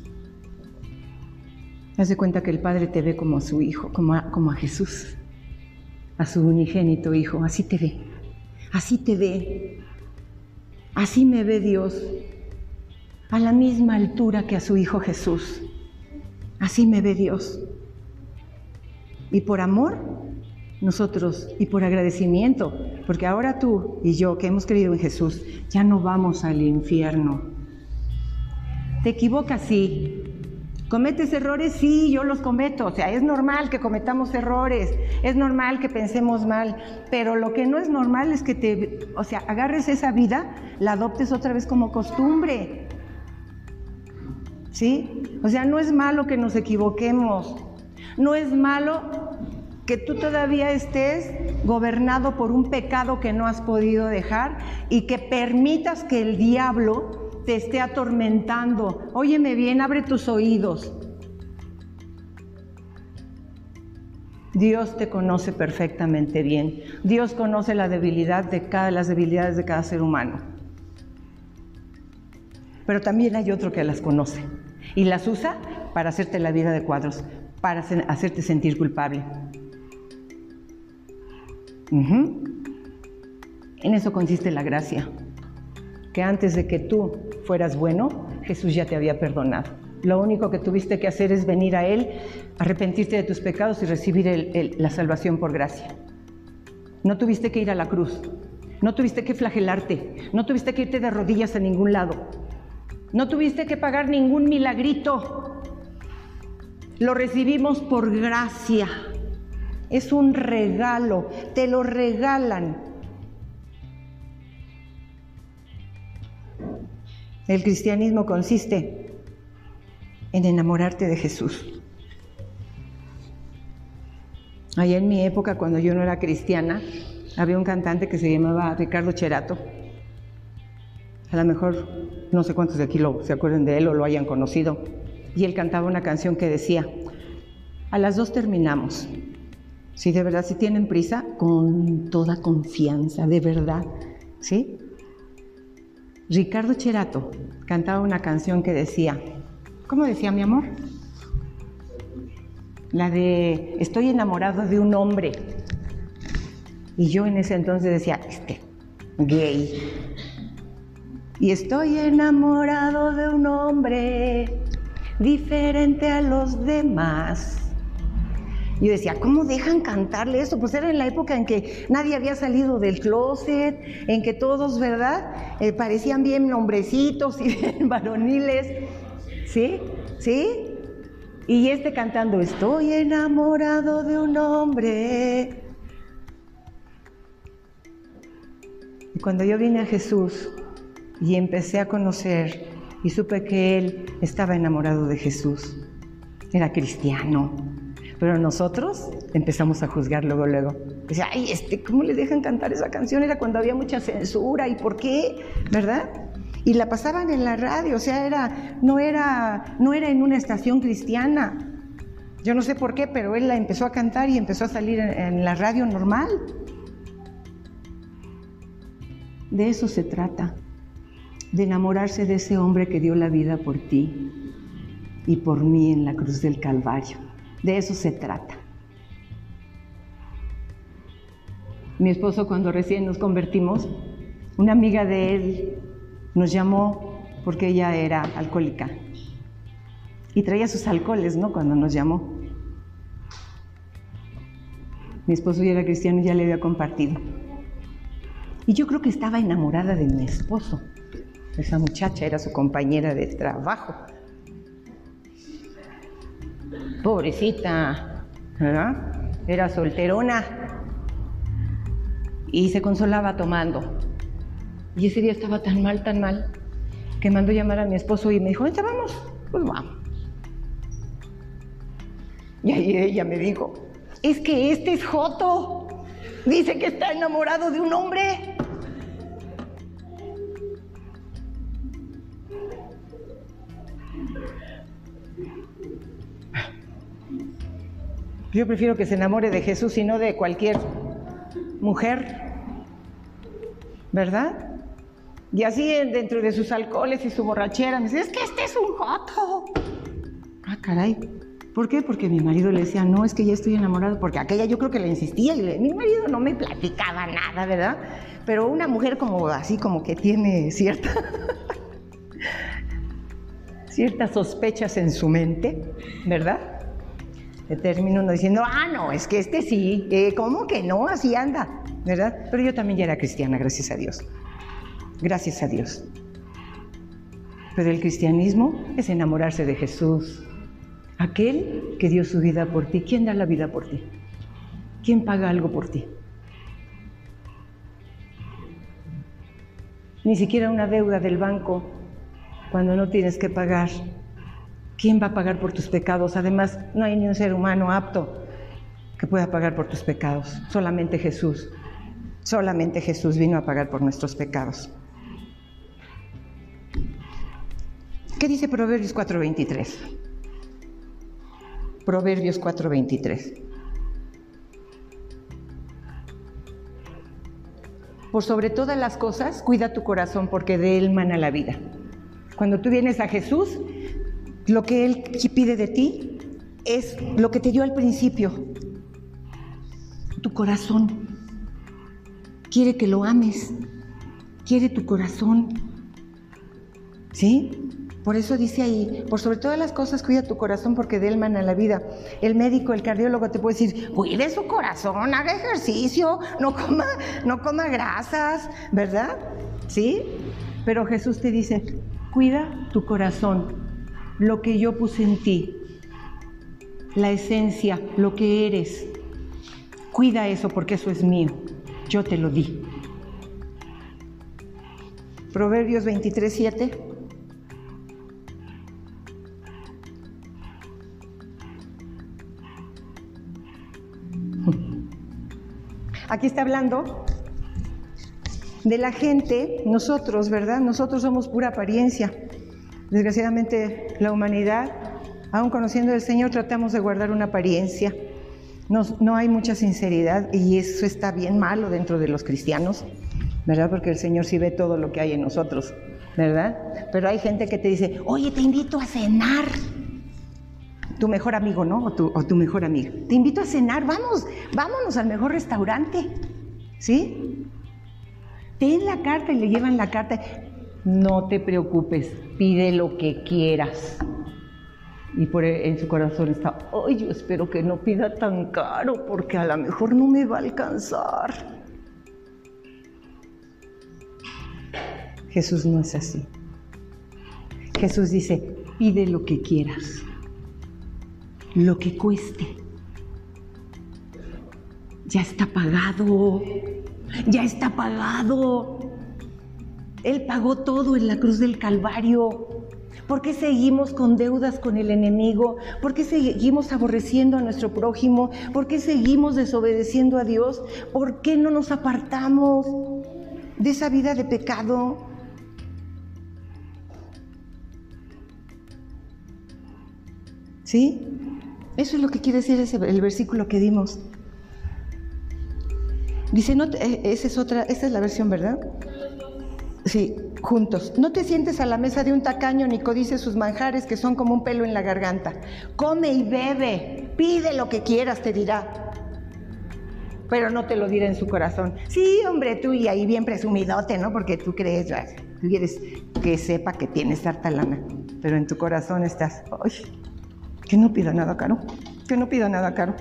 Speaker 1: hace cuenta que el Padre te ve como a su hijo, como a, como a Jesús, a su unigénito hijo. Así te ve, así te ve, así me ve Dios, a la misma altura que a su hijo Jesús. Así me ve Dios. Y por amor, nosotros, y por agradecimiento, porque ahora tú y yo que hemos creído en Jesús, ya no vamos al infierno. ¿Te equivocas? Sí. ¿Cometes errores? Sí, yo los cometo. O sea, es normal que cometamos errores, es normal que pensemos mal, pero lo que no es normal es que te, o sea, agarres esa vida, la adoptes otra vez como costumbre. ¿Sí? O sea, no es malo que nos equivoquemos, no es malo que tú todavía estés gobernado por un pecado que no has podido dejar y que permitas que el diablo te esté atormentando. Óyeme bien, abre tus oídos. Dios te conoce perfectamente bien. Dios conoce la debilidad de cada, las debilidades de cada ser humano. Pero también hay otro que las conoce y las usa para hacerte la vida de cuadros, para hacerte sentir culpable. Uh-huh. En eso consiste la gracia, que antes de que tú fueras bueno, Jesús ya te había perdonado. Lo único que tuviste que hacer es venir a Él, arrepentirte de tus pecados y recibir el, el, la salvación por gracia. No tuviste que ir a la cruz, no tuviste que flagelarte, no tuviste que irte de rodillas a ningún lado, no tuviste que pagar ningún milagrito. Lo recibimos por gracia. Es un regalo, te lo regalan. El cristianismo consiste en enamorarte de Jesús. Allá en mi época, cuando yo no era cristiana, había un cantante que se llamaba Ricardo Cherato. A lo mejor no sé cuántos de aquí lo, se acuerdan de él o lo hayan conocido. Y él cantaba una canción que decía: a las dos terminamos. Sí, de verdad, si tienen prisa, con toda confianza, de verdad, ¿sí? Ricardo Cherato cantaba una canción que decía, ¿cómo decía, mi amor? La de estoy enamorado de un hombre. Y yo en ese entonces decía, este, gay. Y estoy enamorado de un hombre diferente a los demás. Y yo decía, ¿cómo dejan cantarle eso? Pues era en la época en que nadie había salido del closet, en que todos, ¿verdad? Eh, parecían bien hombrecitos y bien varoniles. ¿Sí? ¿Sí? Y este cantando, estoy enamorado de un hombre. Y cuando yo vine a Jesús y empecé a conocer y supe que Él estaba enamorado de Jesús, era cristiano. Pero nosotros empezamos a juzgar luego, luego. Decía, ay, este, ¿cómo le dejan cantar esa canción? Era cuando había mucha censura, ¿y por qué? ¿Verdad? Y la pasaban en la radio, o sea, era, no, era, no era en una estación cristiana. Yo no sé por qué, pero él la empezó a cantar y empezó a salir en, en la radio normal. De eso se trata, de enamorarse de ese hombre que dio la vida por ti y por mí en la cruz del Calvario. De eso se trata. Mi esposo, cuando recién nos convertimos, una amiga de él nos llamó porque ella era alcohólica y traía sus alcoholes, ¿no? Cuando nos llamó. Mi esposo ya era cristiano y ya le había compartido. Y yo creo que estaba enamorada de mi esposo. Esa muchacha era su compañera de trabajo. Pobrecita, ¿verdad? Era solterona y se consolaba tomando. Y ese día estaba tan mal, tan mal, que mandó llamar a mi esposo y me dijo, ¿ya vamos? Pues vamos. Y ahí ella me dijo, es que este es joto. Dice que está enamorado de un hombre. Yo prefiero que se enamore de Jesús y no de cualquier mujer, ¿verdad? Y así dentro de sus alcoholes y su borrachera, me dice, es que este es un joto. Ah, caray. ¿Por qué? Porque mi marido le decía, no, es que ya estoy enamorado, porque aquella yo creo que le insistía y le, mi marido no me platicaba nada, ¿verdad? Pero una mujer como así, como que tiene cierta, ciertas sospechas en su mente, ¿verdad? Le termino uno diciendo, ah, no, es que este sí, eh, ¿cómo que no? Así anda, ¿verdad? Pero yo también ya era cristiana, gracias a Dios. Gracias a Dios. Pero el cristianismo es enamorarse de Jesús. Aquel que dio su vida por ti. ¿Quién da la vida por ti? ¿Quién paga algo por ti? Ni siquiera una deuda del banco cuando no tienes que pagar. ¿Quién va a pagar por tus pecados? Además, no hay ni un ser humano apto que pueda pagar por tus pecados. Solamente Jesús. Solamente Jesús vino a pagar por nuestros pecados. ¿Qué dice Proverbios cuatro veintitrés? Proverbios cuatro veintitrés. Por sobre todas las cosas, cuida tu corazón porque de él mana la vida. Cuando tú vienes a Jesús, lo que Él pide de ti es lo que te dio al principio. Tu corazón. Quiere que lo ames. Quiere tu corazón. ¿Sí? Por eso dice ahí, por sobre todas las cosas cuida tu corazón porque de él mana la vida. El médico, el cardiólogo te puede decir, cuide su corazón, haga ejercicio, no coma, no coma grasas, ¿verdad? ¿Sí? Pero Jesús te dice, cuida tu corazón, lo que yo puse en ti, la esencia, lo que eres. Cuida eso porque eso es mío, yo te lo di. Proverbios veintitrés, siete. Aquí está hablando de la gente, nosotros, ¿verdad? Nosotros somos pura apariencia. Desgraciadamente, la humanidad, aun conociendo al Señor, tratamos de guardar una apariencia. No, no hay mucha sinceridad y eso está bien malo dentro de los cristianos, ¿verdad? Porque el Señor sí ve todo lo que hay en nosotros, ¿verdad? Pero hay gente que te dice, oye, te invito a cenar. Tu mejor amigo, ¿no? O tu, o tu mejor amiga. Te invito a cenar, vamos, vámonos al mejor restaurante, ¿sí? Ten la carta y le llevan la carta. No te preocupes, pide lo que quieras. Y por en su corazón está, ay, yo espero que no pida tan caro porque a lo mejor no me va a alcanzar. Jesús no es así. Jesús dice, pide lo que quieras. Lo que cueste. Ya está pagado, ya está pagado. Él pagó todo en la cruz del Calvario. ¿Por qué seguimos con deudas con el enemigo? ¿Por qué seguimos aborreciendo a nuestro prójimo? ¿Por qué seguimos desobedeciendo a Dios? ¿Por qué no nos apartamos de esa vida de pecado? ¿Sí? Eso es lo que quiere decir ese, el versículo que dimos. Dice, no, esa es otra, esta es la versión, ¿verdad? Sí, juntos. No te sientes a la mesa de un tacaño ni codices sus manjares que son como un pelo en la garganta. Come y bebe, pide lo que quieras, te dirá. Pero no te lo dirá en su corazón. Sí, hombre, tú y ahí bien presumidote, ¿no? Porque tú crees, tú quieres que sepa que tienes harta lana. Pero en tu corazón estás, ¡ay! Que no pida nada caro, que no pida nada caro.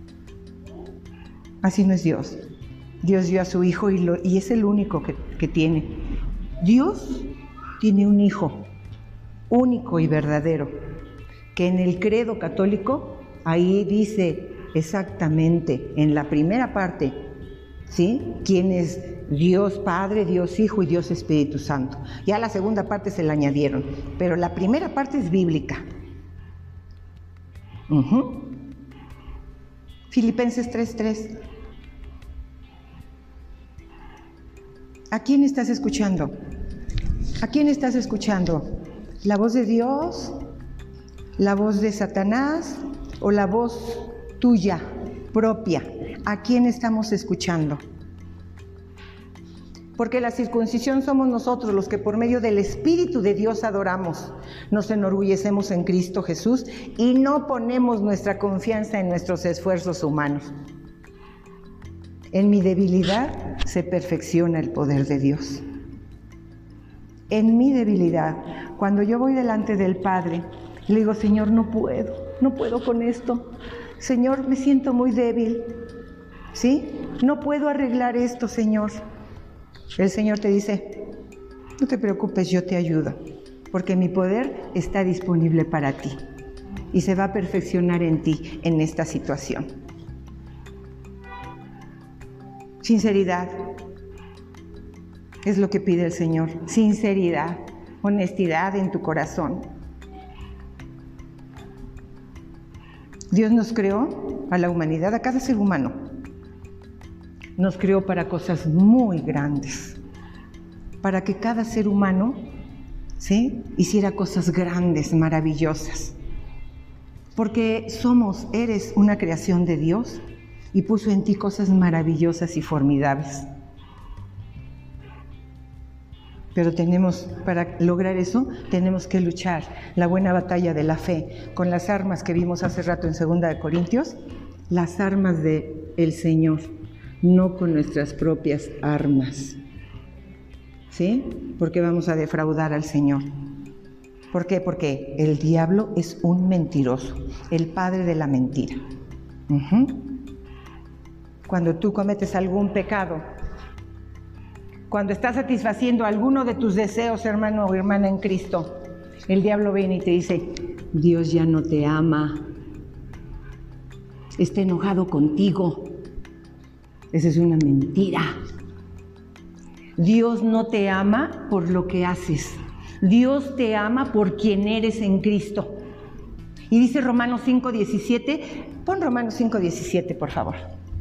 Speaker 1: Así no es Dios. Dios dio a su Hijo y, lo, y es el único que, que tiene. Dios tiene un Hijo único y verdadero, que en el credo católico, ahí dice exactamente, en la primera parte, ¿sí? ¿Quién es Dios Padre, Dios Hijo y Dios Espíritu Santo? Ya la segunda parte se la añadieron, pero la primera parte es bíblica. Uh-huh. Filipenses tres tres. ¿A quién estás escuchando? ¿A quién estás escuchando? ¿La voz de Dios? ¿La voz de Satanás? ¿O la voz tuya, propia? ¿A quién estamos escuchando? Porque la circuncisión somos nosotros los que por medio del Espíritu de Dios adoramos, nos enorgullecemos en Cristo Jesús y no ponemos nuestra confianza en nuestros esfuerzos humanos. En mi debilidad se perfecciona el poder de Dios. En mi debilidad, cuando yo voy delante del Padre, le digo, Señor, no puedo, no puedo con esto. Señor, me siento muy débil, ¿sí? No puedo arreglar esto, Señor. El Señor te dice, no te preocupes, yo te ayudo, porque mi poder está disponible para ti y se va a perfeccionar en ti en esta situación. Sinceridad es lo que pide el Señor, sinceridad, honestidad en tu corazón. Dios nos creó a la humanidad, a cada ser humano. Nos creó para cosas muy grandes, para que cada ser humano, ¿sí?, hiciera cosas grandes, maravillosas. Porque somos, eres una creación de Dios y puso en ti cosas maravillosas y formidables. Pero tenemos, para lograr eso, tenemos que luchar la buena batalla de la fe con las armas que vimos hace rato en segunda de Corintios, las armas del Señor, no con nuestras propias armas, ¿sí? Porque vamos a defraudar al Señor. ¿Por qué? Porque el diablo es un mentiroso, el padre de la mentira. Uh-huh. Cuando tú cometes algún pecado, cuando estás satisfaciendo alguno de tus deseos, hermano o hermana en Cristo, el diablo viene y te dice, Dios ya no te ama, está enojado contigo. Esa es una mentira. Dios no te ama por lo que haces. Dios te ama por quien eres en Cristo. Y dice Romanos cinco diecisiete, pon Romanos cinco diecisiete, por favor.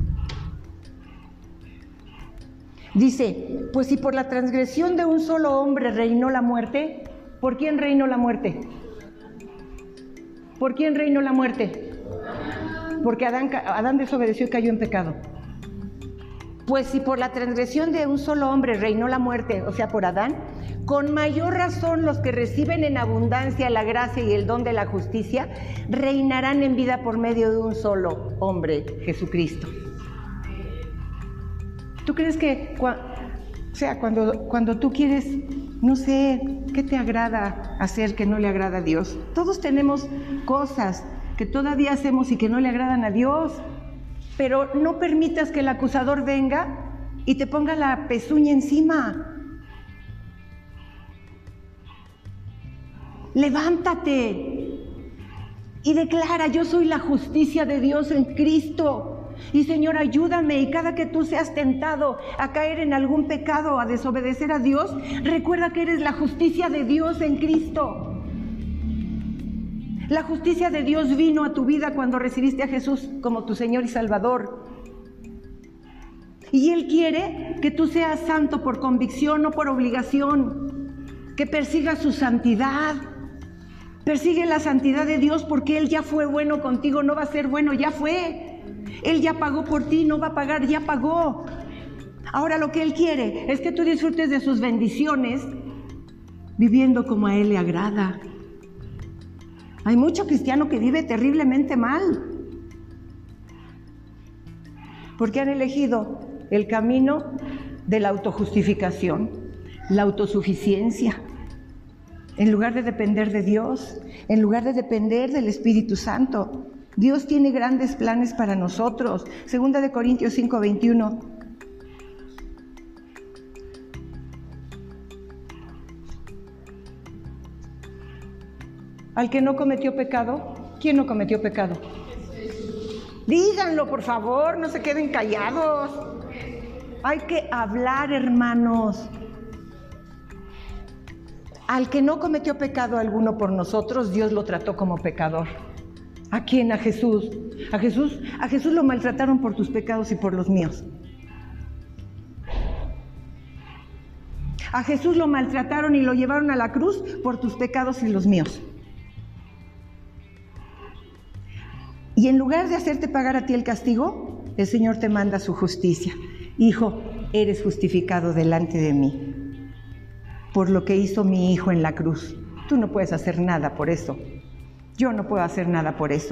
Speaker 1: Dice, pues si por la transgresión de un solo hombre reinó la muerte, ¿por quién reinó la muerte? ¿Por quién reinó la muerte? Porque Adán, Adán desobedeció y cayó en pecado. Pues si por la transgresión de un solo hombre reinó la muerte, o sea, por Adán, con mayor razón los que reciben en abundancia la gracia y el don de la justicia, reinarán en vida por medio de un solo hombre, Jesucristo. ¿Tú crees que, o sea, cuando, cuando tú quieres, no sé, qué te agrada hacer que no le agrada a Dios? Todos tenemos cosas que todavía hacemos y que no le agradan a Dios, pero no permitas que el acusador venga y te ponga la pezuña encima. Levántate y declara, yo soy la justicia de Dios en Cristo. Y Señor, ayúdame, y cada que tú seas tentado a caer en algún pecado o a desobedecer a Dios, recuerda que eres la justicia de Dios en Cristo. La justicia de Dios vino a tu vida cuando recibiste a Jesús como tu Señor y Salvador. Y Él quiere que tú seas santo por convicción, no por obligación, que persigas su santidad. Persigue la santidad de Dios porque Él ya fue bueno contigo, no va a ser bueno, ya fue. Él ya pagó por ti, no va a pagar, ya pagó. Ahora lo que Él quiere es que tú disfrutes de sus bendiciones viviendo como a Él le agrada. Hay mucho cristiano que vive terriblemente mal porque han elegido el camino de la autojustificación, la autosuficiencia, en lugar de depender de Dios, en lugar de depender del Espíritu Santo. Dios tiene grandes planes para nosotros. Segunda de Corintios cinco veintiuno. Al que no cometió pecado, ¿quién no cometió pecado? Díganlo, por favor, no se queden callados. Hay que hablar, hermanos. Al que no cometió pecado alguno por nosotros, Dios lo trató como pecador. ¿A quién? A Jesús. A Jesús, a Jesús lo maltrataron por tus pecados y por los míos. A Jesús lo maltrataron y lo llevaron a la cruz por tus pecados y los míos. Y en lugar de hacerte pagar a ti el castigo, el Señor te manda su justicia. Hijo, eres justificado delante de mí por lo que hizo mi Hijo en la cruz. Tú no puedes hacer nada por eso. Yo no puedo hacer nada por eso.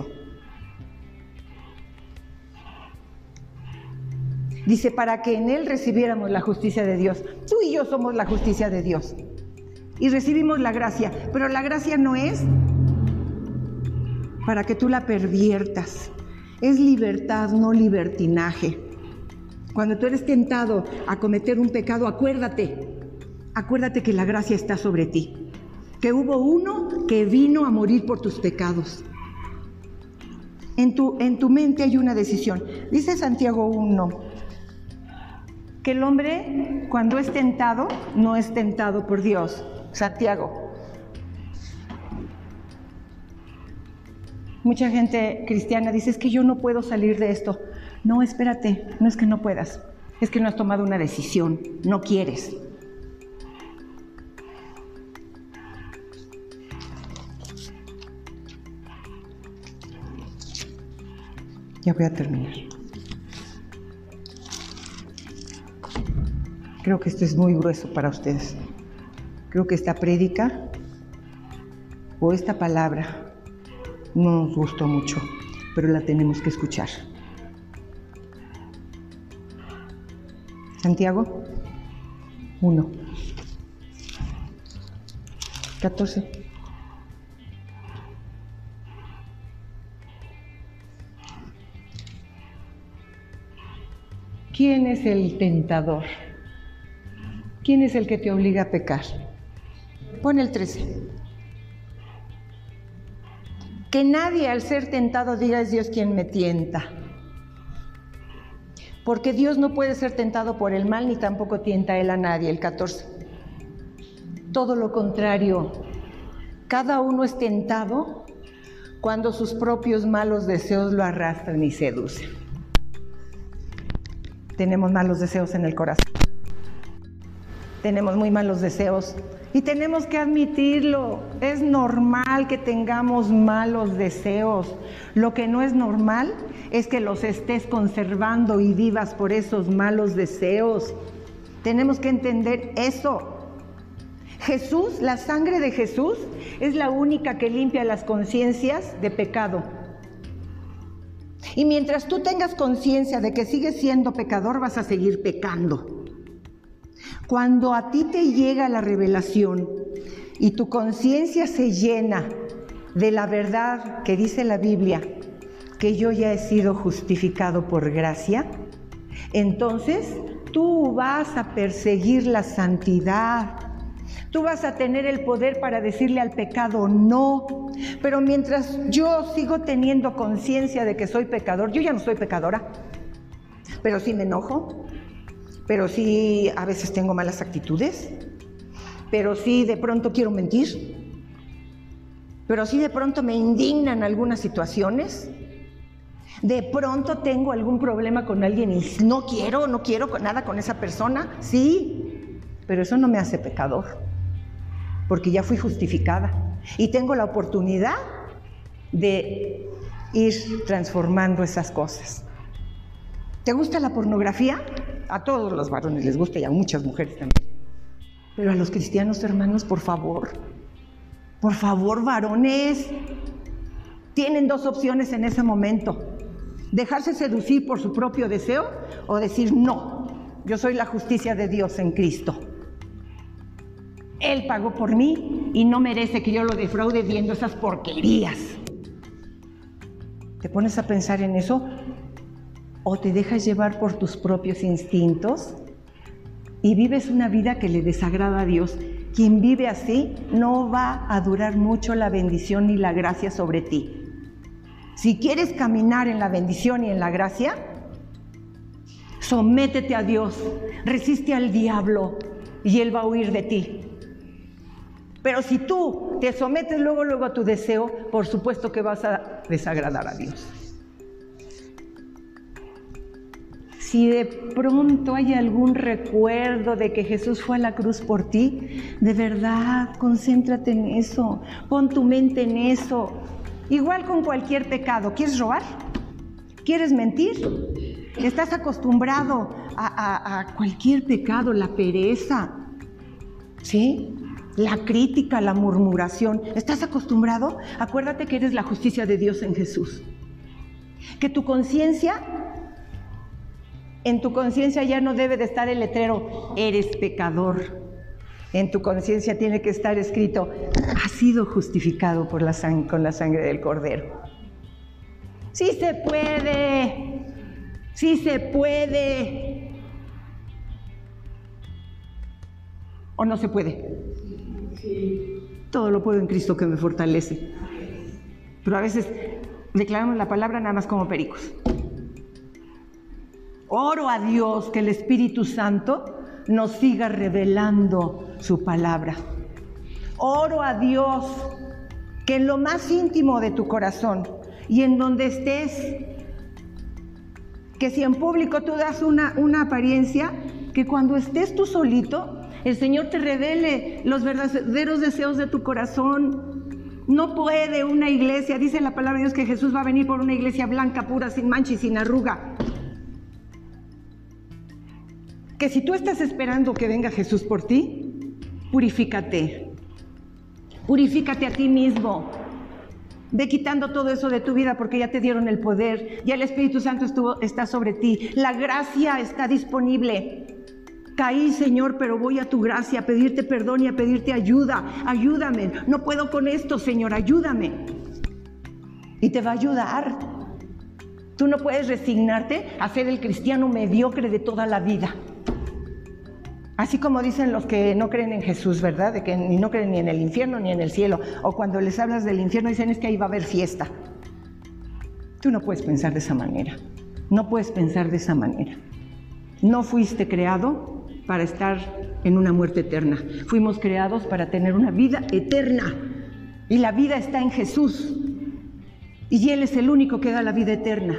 Speaker 1: Dice, para que en Él recibiéramos la justicia de Dios. Tú y yo somos la justicia de Dios. Y recibimos la gracia. Pero la gracia no es para que tú la perviertas. Es libertad, no libertinaje. Cuando tú eres tentado a cometer un pecado, acuérdate. Acuérdate que la gracia está sobre ti. Que hubo uno que vino a morir por tus pecados. En tu, en tu mente hay una decisión. Dice Santiago uno, que el hombre cuando es tentado, no es tentado por Dios. Santiago. Mucha gente cristiana dice, es que yo no puedo salir de esto. No, espérate, no es que no puedas. Es que no has tomado una decisión, no quieres. Ya voy a terminar. Creo que esto es muy grueso para ustedes. Creo que esta prédica o esta palabra no nos gustó mucho, pero la tenemos que escuchar. Santiago uno, catorce. ¿quién es el tentador? ¿Quién es el que te obliga a pecar? Pon el trece. Que nadie al ser tentado diga es Dios quien me tienta. Porque Dios no puede ser tentado por el mal ni tampoco tienta Él a nadie. El catorce. Todo lo contrario. Cada uno es tentado cuando sus propios malos deseos lo arrastran y seducen. Tenemos malos deseos en el corazón. Tenemos muy malos deseos y tenemos que admitirlo. Es normal que tengamos malos deseos. Lo que no es normal es que los estés conservando y vivas por esos malos deseos. Tenemos que entender eso. Jesús, la sangre de Jesús, es la única que limpia las conciencias de pecado. Y mientras tú tengas conciencia de que sigues siendo pecador, vas a seguir pecando. Cuando a ti te llega la revelación y tu conciencia se llena de la verdad que dice la Biblia, que yo ya he sido justificado por gracia, entonces tú vas a perseguir la santidad. Tú vas a tener el poder para decirle al pecado no. Pero mientras yo sigo teniendo conciencia de que soy pecador, yo ya no soy pecadora, pero sí me enojo, pero sí a veces tengo malas actitudes, pero sí de pronto quiero mentir, pero sí de pronto me indignan algunas situaciones, de pronto tengo algún problema con alguien y no quiero, no quiero nada con esa persona, sí, pero eso no me hace pecador, porque ya fui justificada y tengo la oportunidad de ir transformando esas cosas. ¿Te gusta la pornografía? A todos los varones les gusta y a muchas mujeres también. Pero a los cristianos, hermanos, por favor, por favor, varones, tienen dos opciones en ese momento: dejarse seducir por su propio deseo o decir no, yo soy la justicia de Dios en Cristo. Él pagó por mí y no merece que yo lo defraude viendo esas porquerías. ¿Te pones a pensar en eso? ¿O te dejas llevar por tus propios instintos y vives una vida que le desagrada a Dios? Quien vive así no va a durar mucho la bendición ni la gracia sobre ti. Si quieres caminar en la bendición y en la gracia, sométete a Dios, resiste al diablo y él va a huir de ti. Pero si tú te sometes luego, luego a tu deseo, por supuesto que vas a desagradar a Dios. Si de pronto hay algún recuerdo de que Jesús fue a la cruz por ti, de verdad, concéntrate en eso, pon tu mente en eso. Igual con cualquier pecado. ¿Quieres robar? ¿Quieres mentir? ¿Estás acostumbrado a, a, a cualquier pecado? La pereza, ¿sí? La crítica, la murmuración. ¿Estás acostumbrado? Acuérdate que eres la justicia de Dios en Jesús. Que tu conciencia, en tu conciencia ya no debe de estar el letrero, eres pecador. En tu conciencia tiene que estar escrito, has sido justificado por la sang- con la sangre del Cordero. ¡Sí se puede! ¡Sí se puede! ¿O no se puede? Sí. Todo lo puedo en Cristo que me fortalece. Pero a veces declaramos la palabra nada más como pericos. Oro a Dios que el Espíritu Santo nos siga revelando su palabra. Oro a Dios que en lo más íntimo de tu corazón y en donde estés, que si en público tú das una, una apariencia, que cuando estés tú solito, el Señor te revele los verdaderos deseos de tu corazón. No puede una iglesia, dice la palabra de Dios que Jesús va a venir por una iglesia blanca, pura, sin mancha y sin arruga. Que si tú estás esperando que venga Jesús por ti, purifícate. Purifícate a ti mismo. Ve quitando todo eso de tu vida porque ya te dieron el poder. Ya el Espíritu Santo estuvo, está sobre ti. La gracia está disponible. Caí, Señor, pero voy a tu gracia a pedirte perdón y a pedirte ayuda. Ayúdame. No puedo con esto, Señor. Ayúdame. Y te va a ayudar. Tú no puedes resignarte a ser el cristiano mediocre de toda la vida. Así como dicen los que no creen en Jesús, ¿verdad? De que ni no creen ni en el infierno ni en el cielo. O cuando les hablas del infierno dicen es que ahí va a haber fiesta. Tú no puedes pensar de esa manera. No puedes pensar de esa manera. No fuiste creado para estar en una muerte eterna. Fuimos creados para tener una vida eterna. Y la vida está en Jesús. Y Él es el único que da la vida eterna.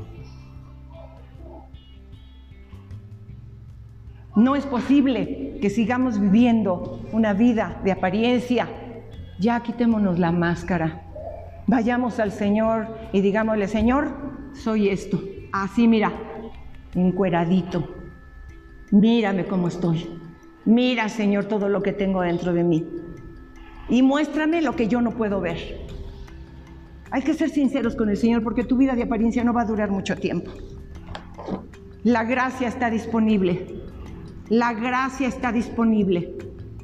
Speaker 1: No es posible que sigamos viviendo una vida de apariencia. Ya quitémonos la máscara. Vayamos al Señor y digámosle, Señor, soy esto. Así, mira, encueradito. Mírame cómo estoy. Mira, Señor, todo lo que tengo dentro de mí. Y muéstrame lo que yo no puedo ver. Hay que ser sinceros con el Señor porque tu vida de apariencia no va a durar mucho tiempo. La gracia está disponible. La gracia está disponible.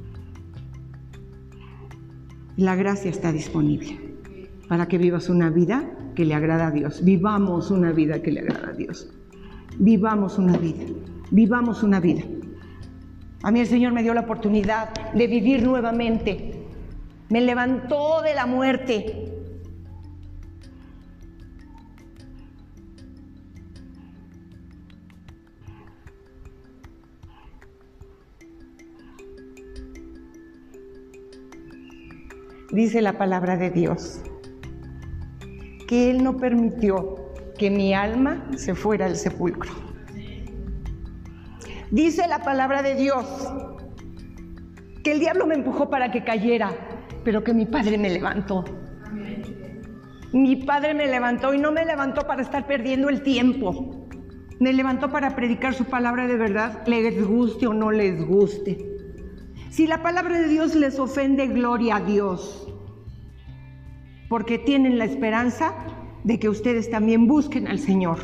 Speaker 1: La gracia está disponible para que vivas una vida que le agrada a Dios. Vivamos una vida que le agrada a Dios. Vivamos una vida. Vivamos una vida. A mí el Señor me dio la oportunidad de vivir nuevamente. Me levantó de la muerte. Dice la palabra de Dios que Él no permitió que mi alma se fuera al sepulcro. Dice la palabra de Dios que el diablo me empujó para que cayera, pero que mi Padre me levantó. Mi Padre me levantó y no me levantó para estar perdiendo el tiempo. Me levantó para predicar su palabra de verdad, les guste o no les guste. Si la palabra de Dios les ofende, gloria a Dios, porque tienen la esperanza de que ustedes también busquen al Señor.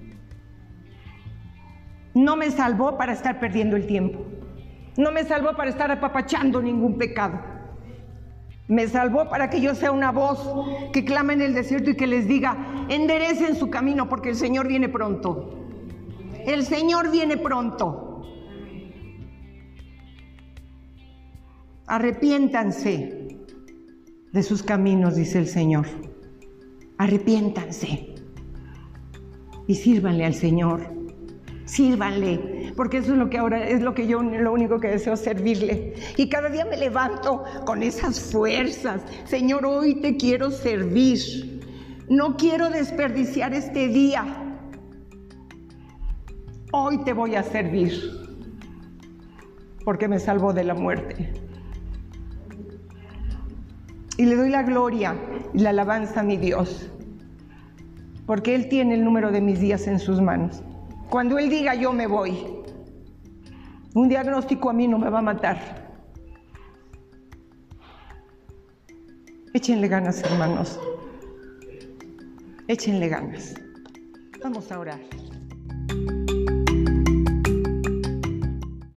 Speaker 1: No me salvó para estar perdiendo el tiempo. No me salvó para estar apapachando ningún pecado. Me salvó para que yo sea una voz que clama en el desierto y que les diga, enderecen su camino porque el Señor viene pronto. El Señor viene pronto. Arrepiéntanse de sus caminos, dice el Señor. Arrepiéntanse y sírvanle al Señor. Sírvanle, porque eso es lo que ahora es lo que yo lo único que deseo, servirle. Y cada día me levanto con esas fuerzas. Señor, hoy te quiero servir. No quiero desperdiciar este día. Hoy te voy a servir, porque me salvó de la muerte. Y le doy la gloria y la alabanza a mi Dios, porque Él tiene el número de mis días en sus manos. Cuando Él diga, yo me voy. Un diagnóstico a mí no me va a matar. Échenle ganas, hermanos. Échenle ganas. Vamos a orar.